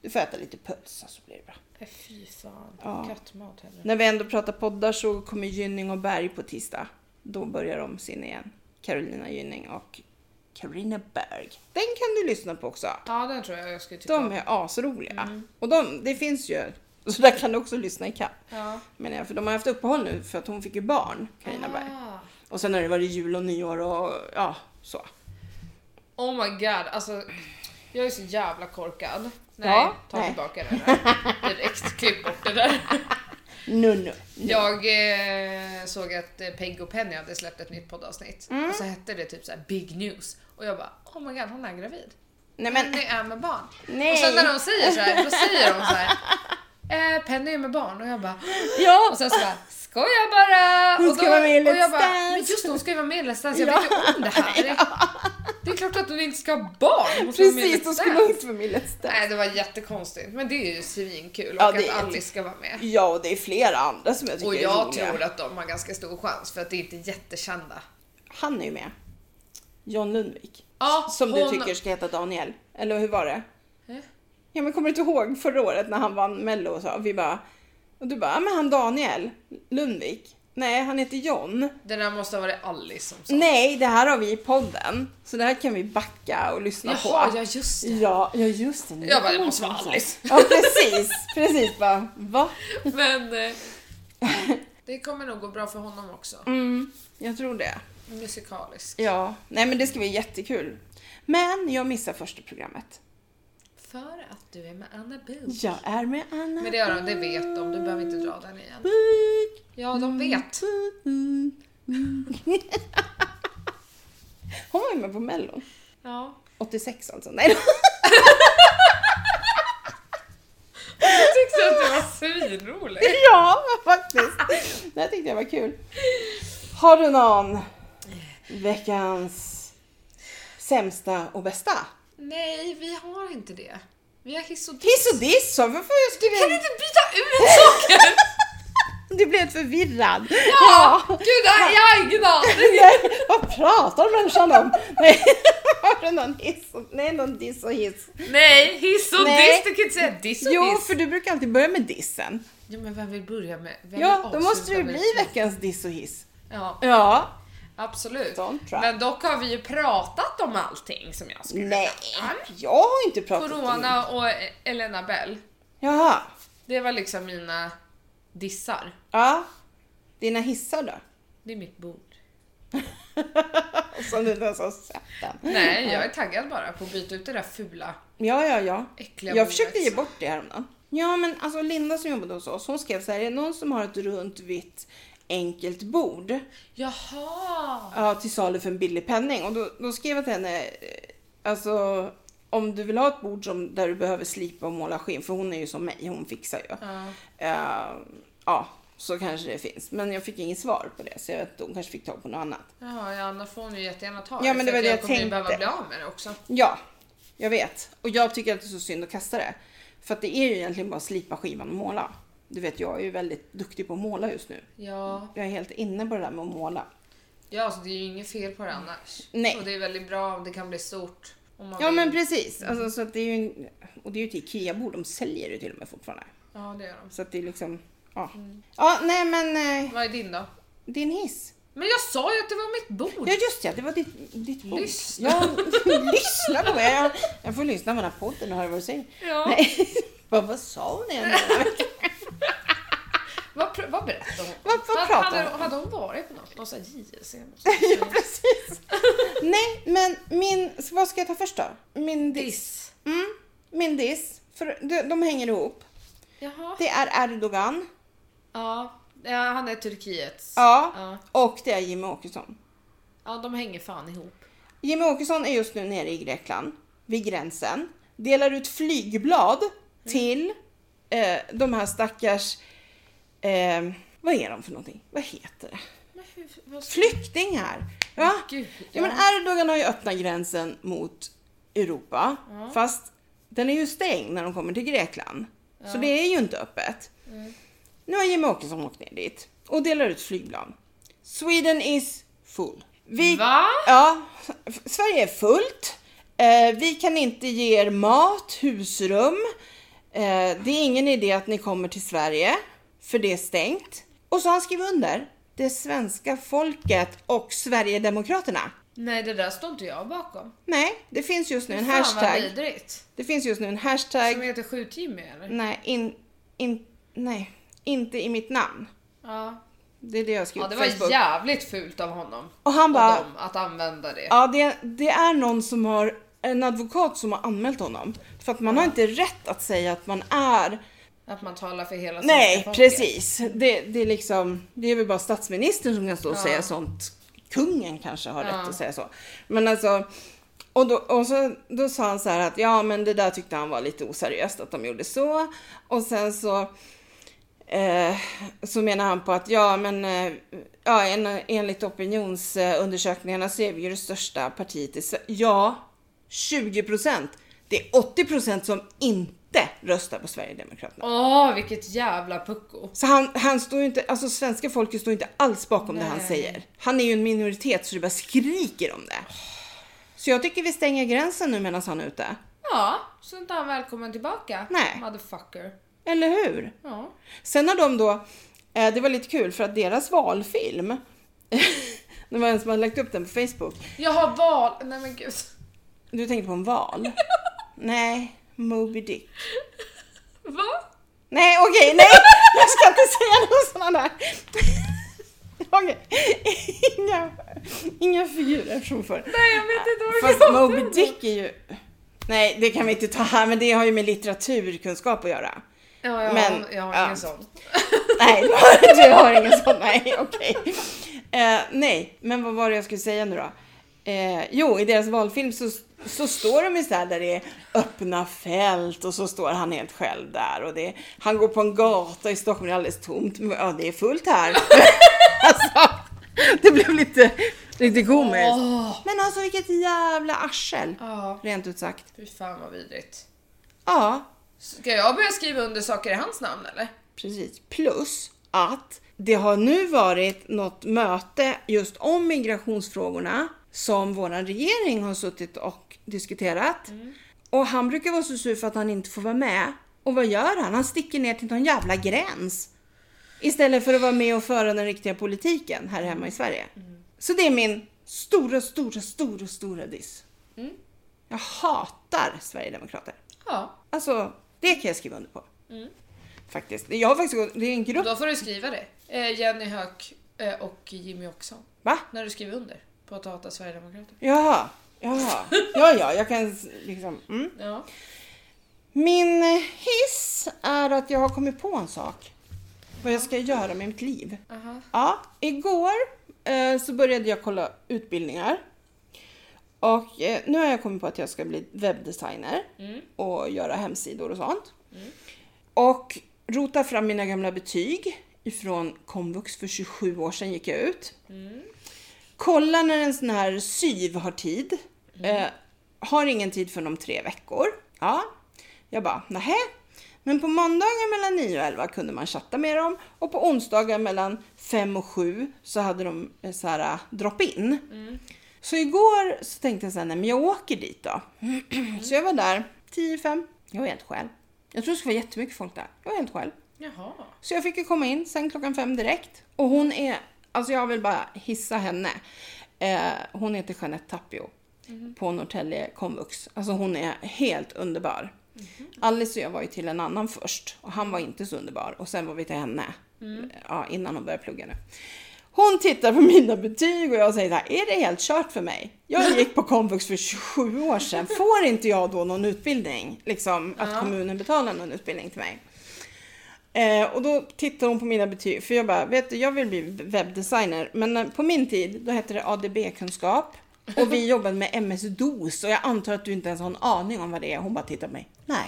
Du får äta lite pölsa så blir det bra. Nej, fy fan. Ja. Kattmat heller. När vi ändå pratar poddar så kommer Gynning och Berg på tisdag. Då börjar de sin igen. Carolina Gynning och Carina Berg. Den kan du lyssna på också. Ja, den tror jag jag skulle tycka De om. är asroliga. Mm. Och de, det finns ju. Så där kan du också lyssna i kapp. Ja. Men ja, för de har haft uppehåll nu för att hon fick ju barn, Carina Berg. Ah. Och sen har det varit jul och nyår och ja, så. Oh my god, alltså jag är så jävla korkad. Nej, Ja, ta nej. tillbaka det där. Direkt, klipp bort det där. Nu, nu. Jag eh, såg att eh, Peg och Penny hade släppt ett nytt poddavsnitt. Mm. Och så hette det typ så här Big News. Och jag bara, oh my god, hon är gravid. Nej men, Penny är med barn. nej. Och sen när de säger så här, då säger de så här, eh, Penny är med barn. Och jag bara, Ja. och sen så bara, skojar bara. Hon och ska vara med i och jag Let's bara, Dance. men just hon ska ju vara med i Let's Dance. Jag Ja. vet ju om det här. Det, det är klart att hon inte ska ha barn. Hon ska vara med i Precis, Let's då skulle Dance. hon inte vara med i Let's Dance. Nej, det var jättekonstigt. Men det är ju svinkul. Ja, Och det att är Alice ska vara med. Ja, och det är flera andra som jag tycker Och är jag roliga. tror att de har ganska stor chans. För att det är inte jättekända. Han är ju med. John Lundvik. Ja, Som du hon- tycker ska heta Daniel. Eller hur var det? Eh? Ja, men kommer du inte ihåg förra året när han vann Mello och så? Vi bara... Och du bara, ja, men han Daniel Lundvik. Nej, han heter John. Det där måste ha varit Alice som sa. Nej, det här har vi i podden. Så det här kan vi backa och lyssna Jaha, på. ja just det. Ja, ja just det. Jag bara, det måste vara Alice. Ja, precis. Precis, bara, va? Men eh, det kommer nog gå bra för honom också. Mm, jag tror det. Musikalisk. Ja, nej men det ska bli jättekul. Men jag missar första programmet. För att du är med Anna Boo. Jag är med Anna. Men det gör de, det vet de. Du behöver inte dra den igen. Book. Ja, de vet. Hon var ju med på Mello. Ja. åttiosex alltså. Nej. Jag tyckte att det var svinroligt. Ja, faktiskt. Det här tyckte jag var kul. Har du någon veckans sämsta och bästa? Nej, vi har inte det. Vi har hiss och diss. Hiss och diss, så varför jag skulle... Kan du inte byta ut saker? Du blev förvirrad. Ja, gud, jag har ingen aning. Nej, vad pratar människan om? Nej, har du någon hiss och... Nej, någon diss och hiss. Nej, hiss och Nej. diss. Du kan inte säga diss och Jo, diss. för du brukar alltid börja med dissen. Ja, men vem vill börja med? Vem Ja, vill då måste avsluta det med bli slut? veckans diss och hiss. Ja, Ja. absolut. Don't try. Men dock har vi ju pratat om allting som jag skulle Nej, prata jag har inte pratat om... Corona och Elena Bell. Jaha. Det var liksom mina dissar. Ja. Dina hissar då? Det är mitt bord. Som du inte ens har sett den. Nej, jag är taggad bara på att byta ut det där fula, Ja, ja, ja. äckliga Jag bordet. försökte ge bort det häromdagen. Ja, men alltså Linda som jobbade hos oss, hon skrev så här, är det någon som har ett runt, vitt, enkelt bord? Jaha! Ja, till salu för en billig penning. Och då, då skrev jag till henne, eh, alltså om du vill ha ett bord som, där du behöver slipa och måla skinn, för hon är ju som mig, hon fixar ju. Ja. Uh, ja, så kanske det finns. Men jag fick inget svar på det, så jag vet att hon kanske fick tag på något annat. Jaha, ja, annars får hon ju jättegärna ta Ja, men det för var att det jag jag kommer ju tänkte. behöva bli av med det också. Ja, jag vet. Och jag tycker att det är så synd att kasta det. För att det är ju egentligen bara att slipa skivan och måla. Du vet, jag är ju väldigt duktig på att måla just nu. Ja, Jag är helt inne på det där med att måla. ja alltså, det är ju inget fel på det annars. Nej. Och det är väldigt bra om det kan bli stort. Om man Ja, vill. men precis. Alltså, så att det är ju, och det är ju ett Ikea-bord, de säljer det till och med fortfarande. Ja, det gör de. Så att det är liksom, ja. Ja, nej men, eh, Vad är din då? din hiss. Men jag sa ju att det var mitt bord. Ja, just det, det var ditt, ditt bord. Lyssna. Ja, lyssna på mig. Jag, jag får lyssna på den här podden och höra vad du säger. Ja. Nej, vad, vad sa hon igen? Vad, pr- vad berättade hon? Vad- vad Hade- pratade hade, hon? hade hon varit på något? Någon sån här J L C? Ja, precis. Nej, men min, så vad ska jag ta först då? Min diss. Diss. Mm, min diss. För de, de hänger ihop. Jaha. Det är Erdogan. Ja. ja, han är Turkiets. Ja. Ja. Och det är Jimmy Åkesson. Ja, de hänger fan ihop. Jimmy Åkesson är just nu nere i Grekland. Vid gränsen. Delar ut flygblad till eh, de här stackars... Eh, vad är de för någonting? Vad heter det? Men hur, vad ska... Flyktingar. Ja. Gud, Ja, men Erdogan har ju öppnat gränsen mot Europa. Ja. Fast den är ju stängd när de kommer till Grekland. Så det är ju inte öppet. Mm. Nu har Jimmy Åkesson åkt ner dit och delar ut flygblad. Sweden is full. Vi, Va? Ja, Sverige är fullt. Eh, vi kan inte ge er mat, husrum. Eh, det är ingen idé att ni kommer till Sverige, för det är stängt. Och så har han skrivit under. Det svenska folket och Sverigedemokraterna. Nej, det där står inte jag bakom. Nej, det finns just nu en Fan, hashtag. vad vidrigt. Det finns just nu en hashtag. Som heter Skjut Jimmy, eller? Nej, in, in, nej, inte i mitt namn. Ja. Det är det jag har Ja, skrivit det på var Facebook. jävligt fult av honom. Och han bara, dem att använda det. ja, det, det är någon som har, en advokat som har anmält honom. För att man Ja. har inte rätt att säga att man är. Att man talar för hela Nej, folket. precis. Det, det är liksom, det är väl bara statsministern som kan stå och Ja. säga sånt. Kungen kanske har Ja. rätt att säga så. Men alltså, och, då, och så, då sa han så här att ja, men det där tyckte han var lite oseriöst att de gjorde så. Och sen så eh, så menar han på att ja, men eh, ja, en, enligt opinionsundersökningarna så är vi ju det största partiet i Sverige. Ja, tjugo procent. Det är åttio procent som inte röstar på Sverigedemokraterna. Åh, vilket jävla pucko. Så han, han står ju inte, alltså svenska folket står inte alls bakom Nej. det han säger. Han är ju en minoritet så det bara skriker om det. Så jag tycker vi stänger gränsen nu medan han är ute. Ja, så inte han välkommen tillbaka. Nej. Motherfucker. Eller hur? Ja. Sen har de då, eh, det var lite kul för att deras valfilm, det var en som hade lagt upp den på Facebook. Jag har val... Nej men gud. Du tänkte på en val? Nej, Moby Dick. Va? Nej, okej, nej, jag ska inte säga något sådana där. Okej, inga, inga figurer som för. Nej, jag vet inte vad Fast Moby Dick är ju... Nej, det kan vi inte ta här, men det har ju med litteraturkunskap att göra. Ja, jag, Men, har, jag har ja. ingen sån. Nej, du har, du har ingen sån. Nej, okej. Eh, nej, men vad var det jag skulle säga nu då? Eh, jo, i deras valfilm så, så står de ju så här där det är öppna fält och så står han helt själv där. Och det, han går på en gata i Stockholm, det är alldeles tomt. Ja, det är fullt här. Alltså, det blev lite, lite komiskt. Åh. Men alltså vilket jävla arsel, Ja, rent ut sagt. fy fan vad vidrigt. Ja, Ska jag börja skriva under saker i hans namn eller? precis. Plus att det har nu varit något möte just om migrationsfrågorna som våran regering har suttit och diskuterat. Mm. Och han brukar vara så sur för att han inte får vara med. Och vad gör han? Han sticker ner till någon jävla gräns. Istället för att vara med och föra den riktiga politiken här hemma i Sverige. Mm. Så det är min stora, stora, stora, stora diss. Mm. Jag hatar Sverigedemokrater. Ja. Alltså, det kan jag skriva under på. Mm. Faktiskt. Jag har faktiskt, det är en grupp. Då får du skriva det. Eh, Jenny Höök eh, och Jimmy Åkesson. Va? När du skriver under på att hata Sverigedemokrater. Jaha. Jaha. Ja, ja, jag kan liksom... Mm. Ja. Min hiss är att jag har kommit på en sak. Vad jag ska göra med mitt liv. Aha. Ja, igår eh, så började jag kolla utbildningar. Och eh, nu har jag kommit på att jag ska bli webbdesigner. Mm. Och göra hemsidor och sånt. Mm. Och rota fram mina gamla betyg. Ifrån komvux för tjugosju år sedan gick jag ut. Mm. Kolla när en sån här syv har tid. Mm. Eh, har ingen tid för de tre veckor. Ja, jag bara, nähä. Men på måndagar mellan nio och elva kunde man chatta med dem. Och på onsdagar mellan fem och sju så hade de så här drop-in. Mm. Så igår så tänkte jag så här, nej men jag åker dit då. Mm. Så jag var där tio fem. Jag var helt själv. Jag tror det skulle vara jättemycket folk där. Jag var helt själv. Jaha. Så jag fick ju komma in sen klockan fem direkt. Och hon är, alltså jag vill bara hissa henne. Eh, hon heter Jeanette Tapio. Mm. På Norrtälje komvux. Alltså hon är helt underbar. Mm. Alice och jag var ju till en annan först. Och han var inte så underbar. Och sen var vi till henne. Mm. Ja, innan hon började plugga nu. Hon tittar på mina betyg och jag säger så här, är det helt kört för mig? Jag gick på komvux för tjugosju år sedan. Får inte jag då någon utbildning? Liksom att ja. Kommunen betalar någon utbildning till mig. Eh, och då tittar hon på mina betyg. För jag bara, vet du, jag vill bli webbdesigner. Men på min tid, då hette det A D B-kunskap. Och vi jobbade med M S-DOS. Och jag antar att du inte ens har en aning om vad det är. Hon bara tittar på mig. Nej.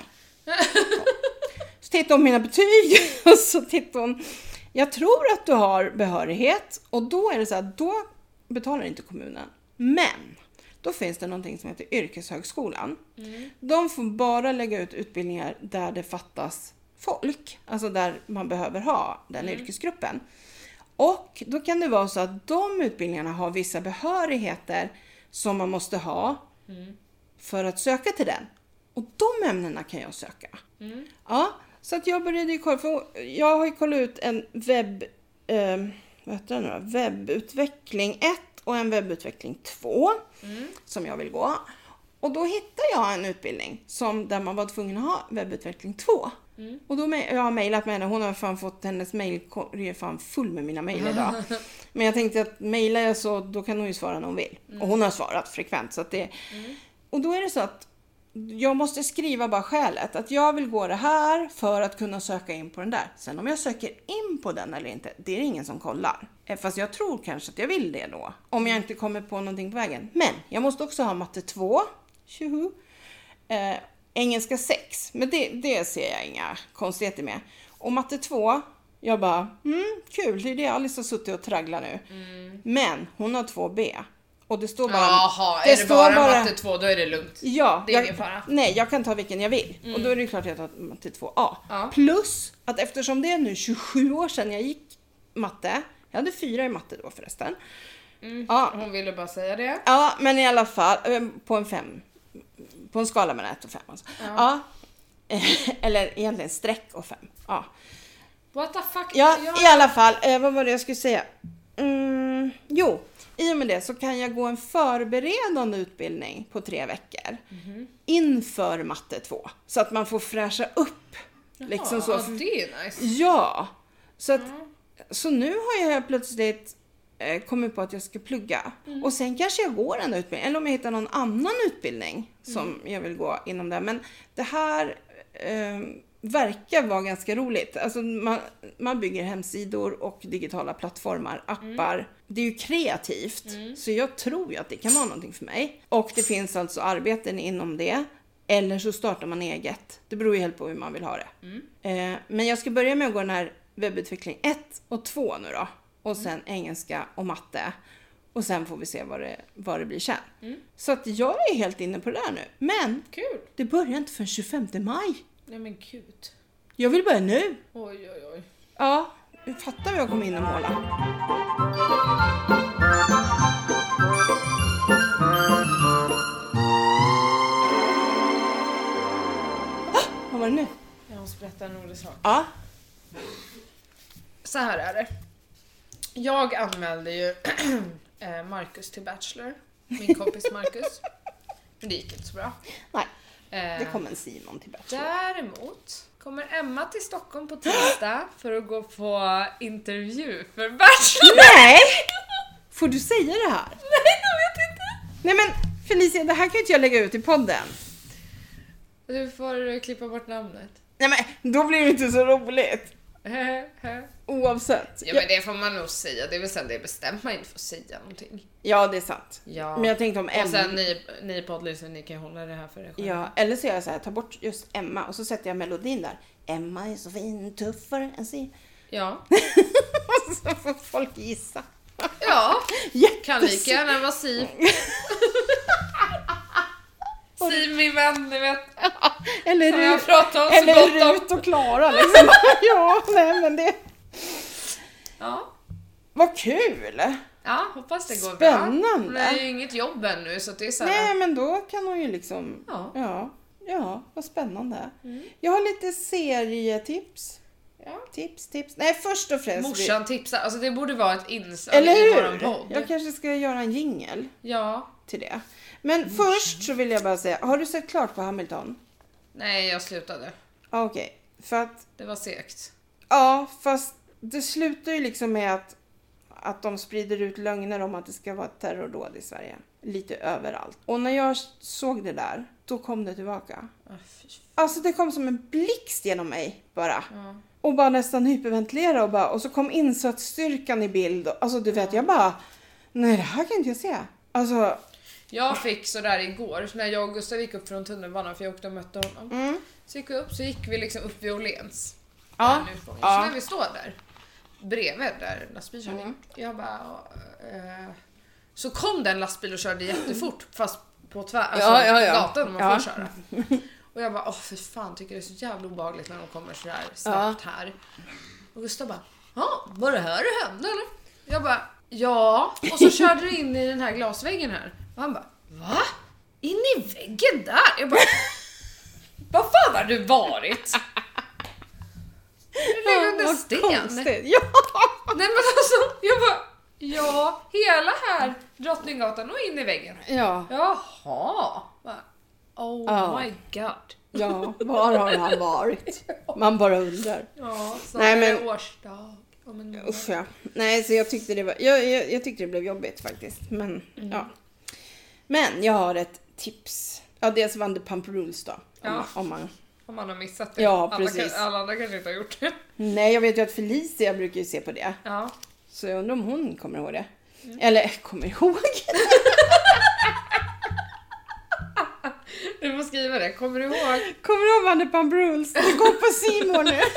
Så tittar hon på mina betyg. Och så tittar hon. Jag tror att du har behörighet. Och då är det så här, då betalar inte kommunen. Men då finns det någonting som heter yrkeshögskolan. Mm. De får bara lägga ut utbildningar där det fattas folk. Alltså där man behöver ha den mm. yrkesgruppen. Och då kan det vara så att de utbildningarna har vissa behörigheter som man måste ha mm. för att söka till den. Och de ämnena kan jag söka. Mm. Ja, så att jag började ju kolla, för jag har ju kollat ut en webb, eh, vad heter det nu då? Webbutveckling ett och en webbutveckling två Mm. som jag vill gå. Och då hittade jag en utbildning som, där man var tvungen att ha webbutveckling två. Mm. Och då me- jag har mejlat med henne, hon har fan fått hennes mejl, det är fan full med mina mejl idag. Men jag tänkte att mejlar jag så, då kan hon ju svara när hon vill. Mm. Och hon har svarat frekvent. Så att det, Mm. och då är det så att jag måste skriva bara skälet. Att jag vill gå det här för att kunna söka in på den där. Sen om jag söker in på den eller inte, det är ingen som kollar. Eh, Fast jag tror kanske att jag vill det då. Om jag inte kommer på någonting på vägen. Men jag måste också ha matte två. tjugo. Eh, engelska sex. Men det, det ser jag inga konstigheter med. Och matte två. Jag bara, mm, kul. Det är det Alice har suttit och tragglat nu. Mm. Men hon har två B. Och det står bara... Jaha, det är det står bara, bara- matte två, då är det lugnt. Ja, Det är jag, ingen fara. nej, jag kan ta vilken jag vill. Mm. Och då är det klart att jag tar matte två A. Ja. Plus att eftersom det är nu tjugosju år sedan jag gick matte. Jag hade fyra i matte då förresten. Mm. Ja. Hon ville bara säga det. Ja, men i alla fall eh, på en fem. På en skala mellan ett och fem. Alltså. Ja. Ja. Eller egentligen streck och fem. Ja, What the fuck? ja Jag- i alla fall. Eh, vad var det jag skulle säga? Mm, jo, i och med det så kan jag gå en förberedande utbildning på tre veckor. Mhm. Inför matte två. Så att man får fräscha upp. Liksom så. Ja, det är nice. Ja, så, att, Ja. så nu har jag plötsligt eh, kommit på att jag ska plugga. Mm. Och sen kanske jag går en utbildning. Eller om jag hittar någon annan utbildning som Mm. jag vill gå inom det. Men det här eh, verkar vara ganska roligt. Alltså man, man bygger hemsidor och digitala plattformar, appar. Det är ju kreativt. Mm. Så jag tror ju att det kan vara någonting för mig. Och det finns alltså arbeten inom det. Eller så startar man eget. Det beror ju helt på hur man vill ha det. Mm. Eh, men jag ska börja med att gå den här webbutveckling ett och två nu då. Och sen engelska och matte. Och sen får vi se vad det, vad det blir sen. Mm. Så att jag är helt inne på det där nu. Men Kul. det börjar inte förrän tjugofemte maj. Nej men gud. Jag vill börja nu. Oj oj oj. Ja, fattar vi jag kommer in och måla. Ah, vad var det nu? Jag måste berätta en rolig sak. Ja. Så här är det. Jag anmälde ju eh, Marcus till Bachelor. Min kompis Marcus. Men det gick inte så bra. Nej, Eh, det kom en Simon till Bachelor. Däremot kommer Emma till Stockholm på tisdag för att gå på intervju för Bachelor. Nej! Får du säga det här? Nej, jag vet inte. Nej men Felicia, det här kan ju inte jag lägga ut i podden. Du får klippa bort namnet. Nej men då blir det inte så roligt. Oavsett. Ja men det får man nog säga. Det är väl sen det är bestämt man inte får säga någonting. Ja, det är sant. Ja. Men jag tänkte om Och Emma. sen ni, ni poddlyssnare, ni kan ju hålla det här för er själva. Ja, eller så gör jag så här, ta bort just Emma och så sätter jag melodin där. Emma är så fin, tuffare än sin. Ja. Så får folk gissa. Ja. Jätteså- Kan lika gärna vara Siv. Siv min vän, ni vet. Eller Som jag Rut, pratar om så eller gott om. Rut och Klara liksom. Ja, nej men det. Ja. Vad kul! Ja, hoppas det går Spännande. bra. Det är ju inget jobb ännu så det är så här. Nej men då kan hon ju liksom. Ja. Ja, ja vad spännande. Mm. Jag har lite serietips. Ja. Tips, tips. Nej, först och främst. Morsan tipsar, alltså det borde vara ett inslag Eller i våran hur? podd. Jag kanske ska göra en jingle Ja. till det. Men först så vill jag bara säga, har du sett klart på Hamilton? Nej, jag slutade. Ja, okej. För att, Det var segt. ja, fast det slutar ju liksom med att, att de sprider ut lögner om att det ska vara ett terrordåd i Sverige. Lite överallt. Och när jag såg det där, då kom det tillbaka. Ah, fy f- Alltså det kom som en blixt genom mig bara. ja. Och bara nästan hyperventilera och bara, och så kom insatsstyrkan i bild. Och, alltså du vet, jag bara, nej det här kan inte jag se. Alltså, Jag fick sådär igår, när jag och Gustav gick upp från tunnelbanan för jag åkte och mötte honom. mm. Så gick vi upp, så gick vi liksom upp vid Åhléns. Ja. Där utgången. Ja. Så när vi står där, bredvid där lastbilskörning, Mm. jag bara... Eh, så kom den lastbil och körde jättefort, fast på tvär, alltså Ja, ja, ja. gatan man Ja. får köra. Och jag bara, åh för fan, tycker det är så jävla obehagligt när de kommer sådär snabbt här. Och Gustav bara, ja, var det här det hände eller? Jag bara, ja. Och så körde du in i den här glasväggen här. Och han bara, va? In i väggen där? Jag bara, du varit? Du ligger under sten. Konstigt. Ja. Nej men alltså, jag bara, ja, hela här Drottninggatan och in i väggen. Ja. Jaha. Oh Ja. my god. Ja, var har han varit? Man bara undrar. Ja, så Nej, är men- det årsdag. Om en månad. Usch ja. Nej, så jag tyckte det var, jag, jag, jag tyckte det blev jobbigt faktiskt. Men, Mm. ja. Men jag har ett tips. Ja, dels Vanderpump Rules då. Om, Ja. man, om man... Om man har missat det. Ja, alla, precis. kan- alla andra kanske inte har gjort det. Nej, jag vet ju att Felicia brukar ju se på det. Ja. Så jag undrar om hon kommer ihåg det. Mm. Eller, kommer ihåg? Du får skriva det, kommer du ihåg? Kommer du ihåg Vanderpump Rules? Det går på C More nu.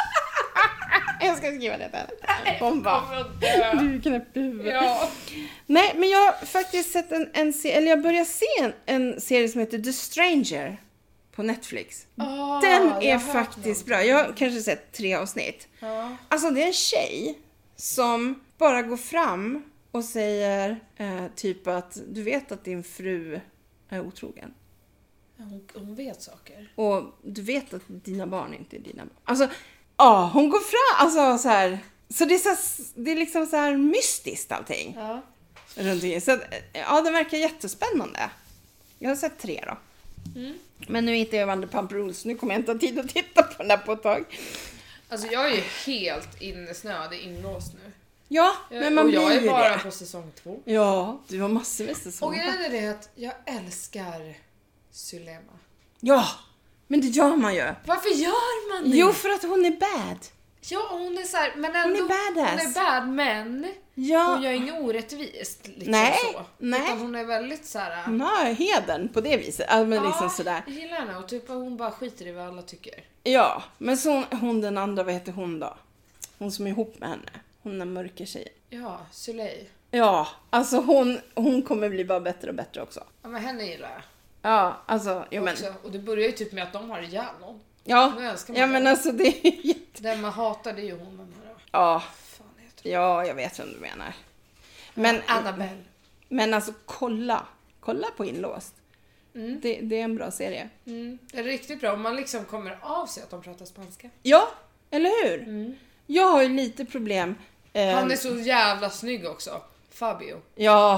Jag ska skriva det där. Hon bara, Kommer att dö. du är knäpp i huvudet. Ja. Nej, men jag har faktiskt sett en, en serie, eller jag börjar se en, en serie som heter The Stranger på Netflix. Ah, Den jag är har hört faktiskt någonting. bra. Jag har kanske sett tre avsnitt. Ja. Alltså det är en tjej som bara går fram och säger eh, typ att du vet att din fru är otrogen. Hon, hon vet saker. Och du vet att dina barn inte är dina barn. Alltså, ja, hon går fram, alltså så här. Så det är, så här, det är liksom så här mystiskt allting. Ja. Runt omkring. Så att, ja, det verkar jättespännande. Jag har sett tre då. Mm. Men nu är inte jag Vanderpump Rules, nu kommer jag inte ha tid att titta på den här på ett tag. Alltså jag är ju helt innesnöad, inlåst nu. Ja, men man och blir jag är ju bara det. på säsong två. Ja, du har massor med Och säsonger. grejen är det att jag älskar Sulema. Ja, men det gör man ju. Varför gör man det? Jo, för att hon är bad. Ja, hon är så här, men ändå, Hon är badass. Hon är bad, men Ja, hon gör inget orättvist. Liksom Nej, så. nej. Utan hon är väldigt så här. hon har hedern på det viset. Alltså, men liksom sådär. jag gillar henne och typ att hon bara skiter i vad alla tycker. Ja, men så hon, hon den andra, vad heter hon då? Hon som är ihop med henne. Hon är mörka tjejen. Ja, Suley. Ja, alltså hon, hon kommer bli bara bättre och bättre också. Ja, men henne gillar jag. Ja, alltså, jo men. Också. Och det börjar ju typ med att de har ihjäl någon. Ja, Nu älskar man ja dem. men alltså det är jätte... Den man hatar, det är ju hon den här. Ja, Fan heter ja, jag vet vem du menar. Men, hon? Annabelle. men alltså kolla, kolla på Inlåst. Mm. Det, det är en bra serie. Mm. Det är riktigt bra. Om man liksom kommer av sig att de pratar spanska. Ja, eller hur? Mm. Jag har ju lite problem. eh, Han är så jävla snygg också. Fabio. Ja,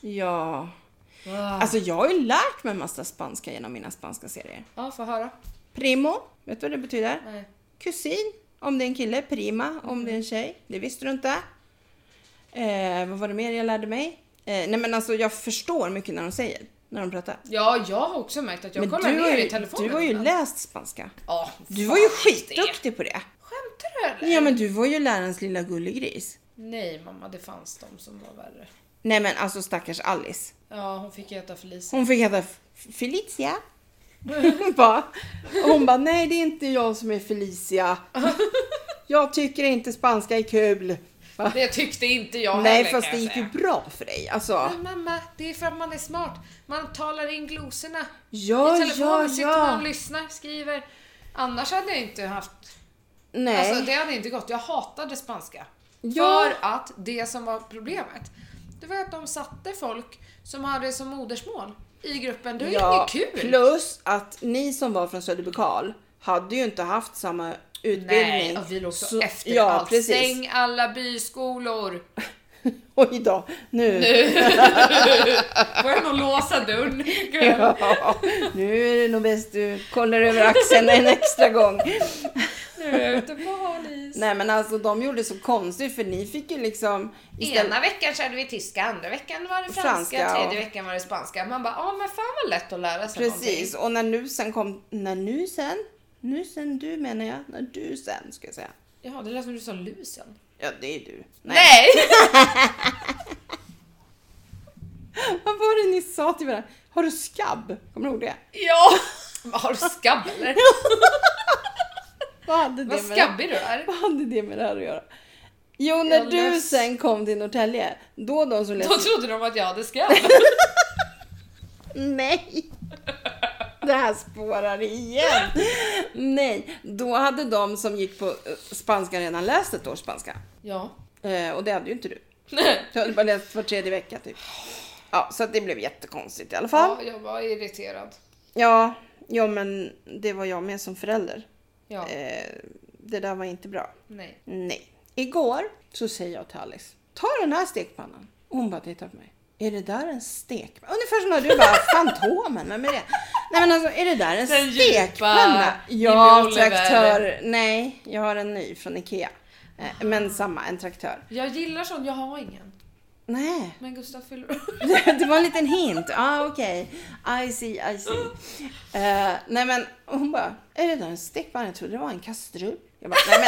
ja. Wow. Alltså jag har ju lärt mig massa spanska genom mina spanska serier. Ja, få höra. Primo, vet du vad det betyder? Nej. Kusin, om det är en kille. Prima, om det är en tjej. Det visste du inte. Eh, vad var det mer jag lärde mig? Eh, nej men alltså jag förstår mycket när de säger, när de pratar. Ja, jag har också märkt att jag Men kollar du har, ner ju, i telefonen. du har ju ibland. läst spanska. Ja, Du fan var ju det. skitduktig på det. Skämtar du eller? Ja men du var ju lärarens lilla gullegris. Nej mamma, det fanns de som var värre. Nej men alltså stackars Alice. Ja, hon fick heta Felicia. Hon fick heta F- Felicia. Bara. Och hon bara, nej det är inte jag som är Felicia. Jag tycker inte spanska är kul. Va? Det tyckte inte jag Nej heller, fast kan det jag gick ju säga. bra för dig. Alltså. Men mamma, det är för att man är smart. Man talar in glosorna. Ja, I telefonen ja, sitter man och ja. lyssnar, skriver. Annars hade jag inte haft... Nej. Alltså det hade inte gått. Jag hatade spanska. Ja. För att det som var problemet, det var att de satte folk som hade det som modersmål i gruppen. Det är Ja, inget kul. plus att ni som var från Söderbykal hade ju inte haft samma utbildning. Nej, och vi låg så, Så- efter ja, allt. precis. Stäng alla byskolor. Oj då, nu. Nu får jag nog låsa dörren. Ja, nu är det nog bäst du kollar över axeln en extra gång. Nu är jag ute på hal is. Nej men alltså de gjorde så konstigt för ni fick ju liksom istället... Ena veckan körde vi tyska, andra veckan var det franska, Franska, tredje ja. veckan var det spanska. Man bara, ja men fan vad lätt att lära sig Precis, och när nu sen kom, när nu sen, nu sen du menar jag, när du sen ska jag säga. någonting. Ja, det lät som du sa lusen. Ja det är du. Nej! Vad var det ni sa till varandra? Har du skabb? Kommer du ihåg det? Ja! Har du skabb eller? Vad hade det Vad med skabbig du är. Vad hade det med det här att göra? Jo, när Jag du lös- sen kom till Norrtälje, då de som Då läste... trodde de att jag hade skabb. Nej! Det här spårar igen. Nej, då hade de som gick på eh, spanska redan läst ett års spanska. Ja. Eh, och det hade ju inte du. Du hade bara läst var tredje vecka typ. Ja, så att det blev jättekonstigt i alla fall. Ja, jag var irriterad. Ja, Ja, men det var jag med som förälder. Ja. Eh, det där var inte bra. Nej. Nej. Igår så säger jag till Alice, ta den här stekpannan. Och hon bara tittar på mig. Är det där en stekpanna? Ungefär som när du bara, Fantomen, vem är det? Nej men alltså, är det där en Den stekpanna? djupa Ja, Oliver. traktör. Nej, jag har en ny från Ikea. Eh, men samma, en traktör. Jag gillar sånt, jag har ingen. Nej. Men Gustav fyller Det var en liten hint. Ah, okej. Okay. I see, I see. Uh, nej men, hon bara, är det där en stekpanna? Jag trodde det var en kastrull. Jag bara, nej men.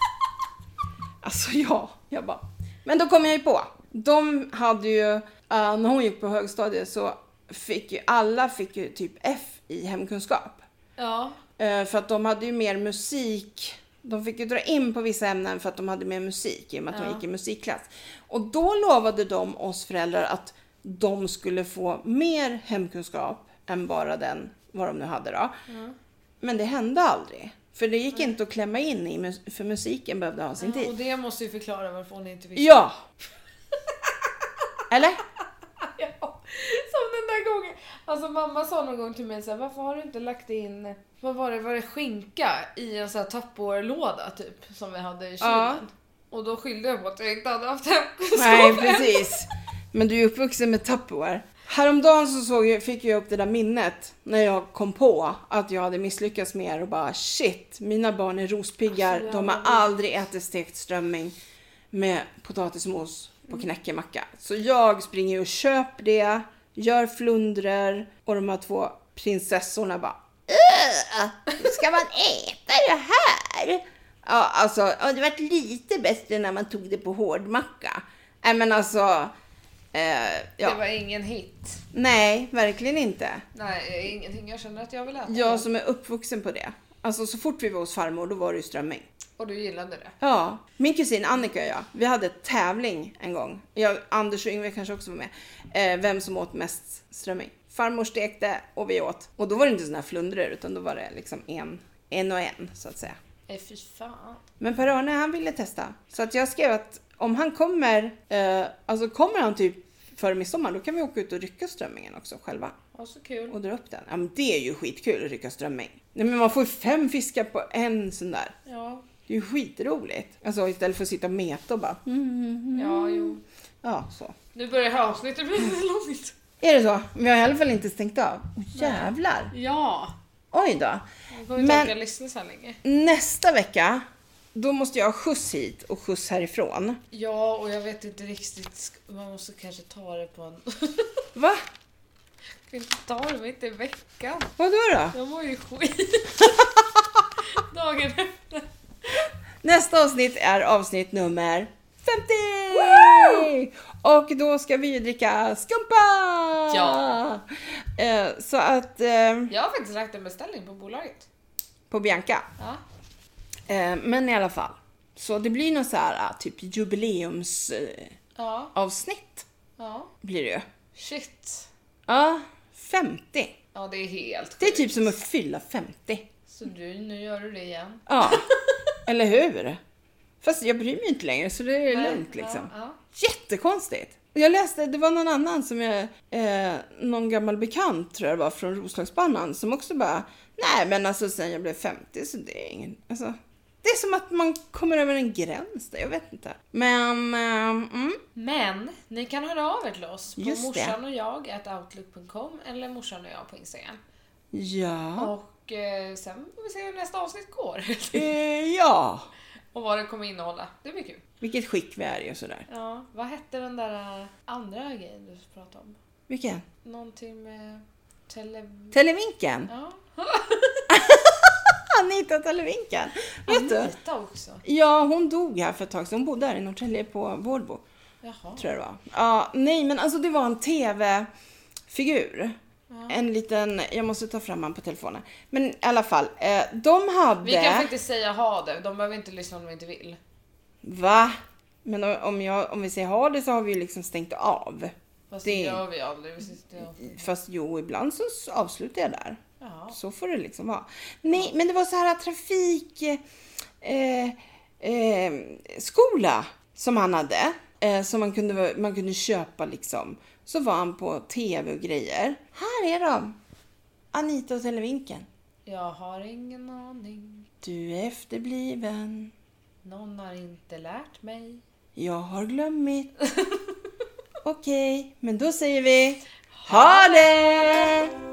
Alltså ja, jag bara. Men då kom jag ju på. De hade ju, uh, när hon gick på högstadiet så fick ju, alla fick ju typ F i hemkunskap. Ja. Uh, för att de hade ju mer musik. De fick ju dra in på vissa ämnen för att de hade mer musik i och med att Ja. de gick i musikklass. Och då lovade de oss föräldrar att de skulle få mer hemkunskap än bara den, vad de nu hade då. Ja. Men det hände aldrig. För det gick inte att klämma in i, mus- för musiken behövde ha sin Ja, och tid. det måste ju förklara varför hon inte fick. Ja! Eller? Ja, som den där gången. Alltså mamma sa någon gång till mig så här, varför har du inte lagt in, vad var det, var det skinka i en sån här Tupperware-låda typ som vi hade i kylen. Ja. Och då skyllde jag på att jag inte hade haft hemkunskap. Nej, precis. Men du är uppvuxen med Tupperware. Häromdagen så såg jag, fick jag upp det där minnet när jag kom på att jag hade misslyckats med er och bara shit, mina barn är rospiggar. Alltså, de har jag- aldrig ätit stekt strömming med potatismos på knäckemacka. Så jag springer och köper det, gör flundrer och de här två prinsessorna bara "Åh, ska man äta det här? Ja, alltså, ja, det var lite bättre när man tog det på hårdmacka. Nej, men alltså, eh, ja. Det var ingen hit. Nej, verkligen inte. Nej, ingenting. Jag känner att jag vill äta. Jag som är uppvuxen på det. Alltså så fort vi var hos farmor, då var det ju strömming. Och du gillade det. Ja, min kusin Annika och jag, vi hade tävling en gång. Jag, Anders och Yngve kanske också var med. Eh, vem som åt mest strömming. Farmor stekte och vi åt. Och då var det inte såna här flundror, utan då var det liksom en, en och en, så att säga. Nej, fy fan. Men Per-Arne, han ville testa. Så att jag skrev att om han kommer, eh, alltså kommer han typ före midsommar, då kan vi åka ut och rycka strömmingen också själva. Ja, så kul. Och dra upp den. Ja, men det är ju skitkul att rycka strömming. Nej, men man får ju fem fiskar på en sån där. Ja, Det är ju skitroligt. Alltså istället för att sitta och meta och bara... Mm, ja, jo. ja, så. Nu börjar det här avsnittet bli lite långt. Är det så? Vi har i alla fall inte stängt av. Oh, jävlar. Ja. Oj då. Jag kommer inte Men- orka lyssna så här länge. Nästa vecka, då måste jag ha skjuts hit och skjuts härifrån. Ja, och jag vet inte riktigt. Man måste kanske ta det på en... Va? Jag kan inte ta det mitt i veckan. Vadå då? Jag mår ju skit. Dagen efter. Nästa avsnitt är avsnitt nummer femtio! Och då ska vi ju dricka skumpa! Ja. Eh, så att... Eh, Jag har faktiskt lagt en beställning på bolaget. på Bianca. Ja. Eh, men i alla fall. Så det blir någon så här ah, typ jubileumsavsnitt eh, Ja. avsnitt Ja. blir det ju. Shit. Ja, femtio. Ja, det är helt Det är sjukt. typ som att fylla femtio. Så du, nu gör du det igen. Ja, eller hur? Fast jag bryr mig inte längre så det är Nej, lugnt liksom. Ja, ja. Jättekonstigt. Jag läste, det var någon annan som jag, eh, någon gammal bekant tror jag det var från Roslagsbanan som också bara, nej men alltså sen jag blev femtio så det är ingen, alltså. Det är som att man kommer över en gräns där, jag vet inte. Men, eh, mm. Men ni kan höra av er till oss på Just det. morsan och jag at outlook punkt com eller morsan och jag på Instagram. Ja. Och eh, sen får vi se hur nästa avsnitt går. Eh, ja. Och vad det kommer innehålla. Det blir kul. Vilket skick vi är i och sådär. Ja, vad hette den där eh, andra grejen du pratade om? Vilken? Någonting med tele... Televinken. Ja, Anita Televinken. Vet du? Anita också. Ja, hon dog här för ett tag sedan. Hon bodde här i Norrtälje på Vårbo. Jaha. Tror jag det var. Ja, nej men alltså det var en tv-figur. Ja. En liten, jag måste ta fram han på telefonen. Men i alla fall, eh, de hade... Vi kan faktiskt säga ha det. De behöver inte lyssna om de inte vill. Va? Men om, jag, om vi säger ha det så har vi ju liksom stängt av. Fast Det- det gör vi aldrig. Vi sitter och... Fast jo, ibland så avslutar jag där. Ja. Så får det liksom vara. Nej, men det var så här trafik... Eh, eh, skola som han hade. Eh, som man kunde, man kunde köpa liksom. Så var han på tv och grejer. Här är de. Anita och Televinken. Jag har ingen aning. Du är efterbliven. Någon har inte lärt mig. Jag har glömmit. Okej, men då säger vi ha det!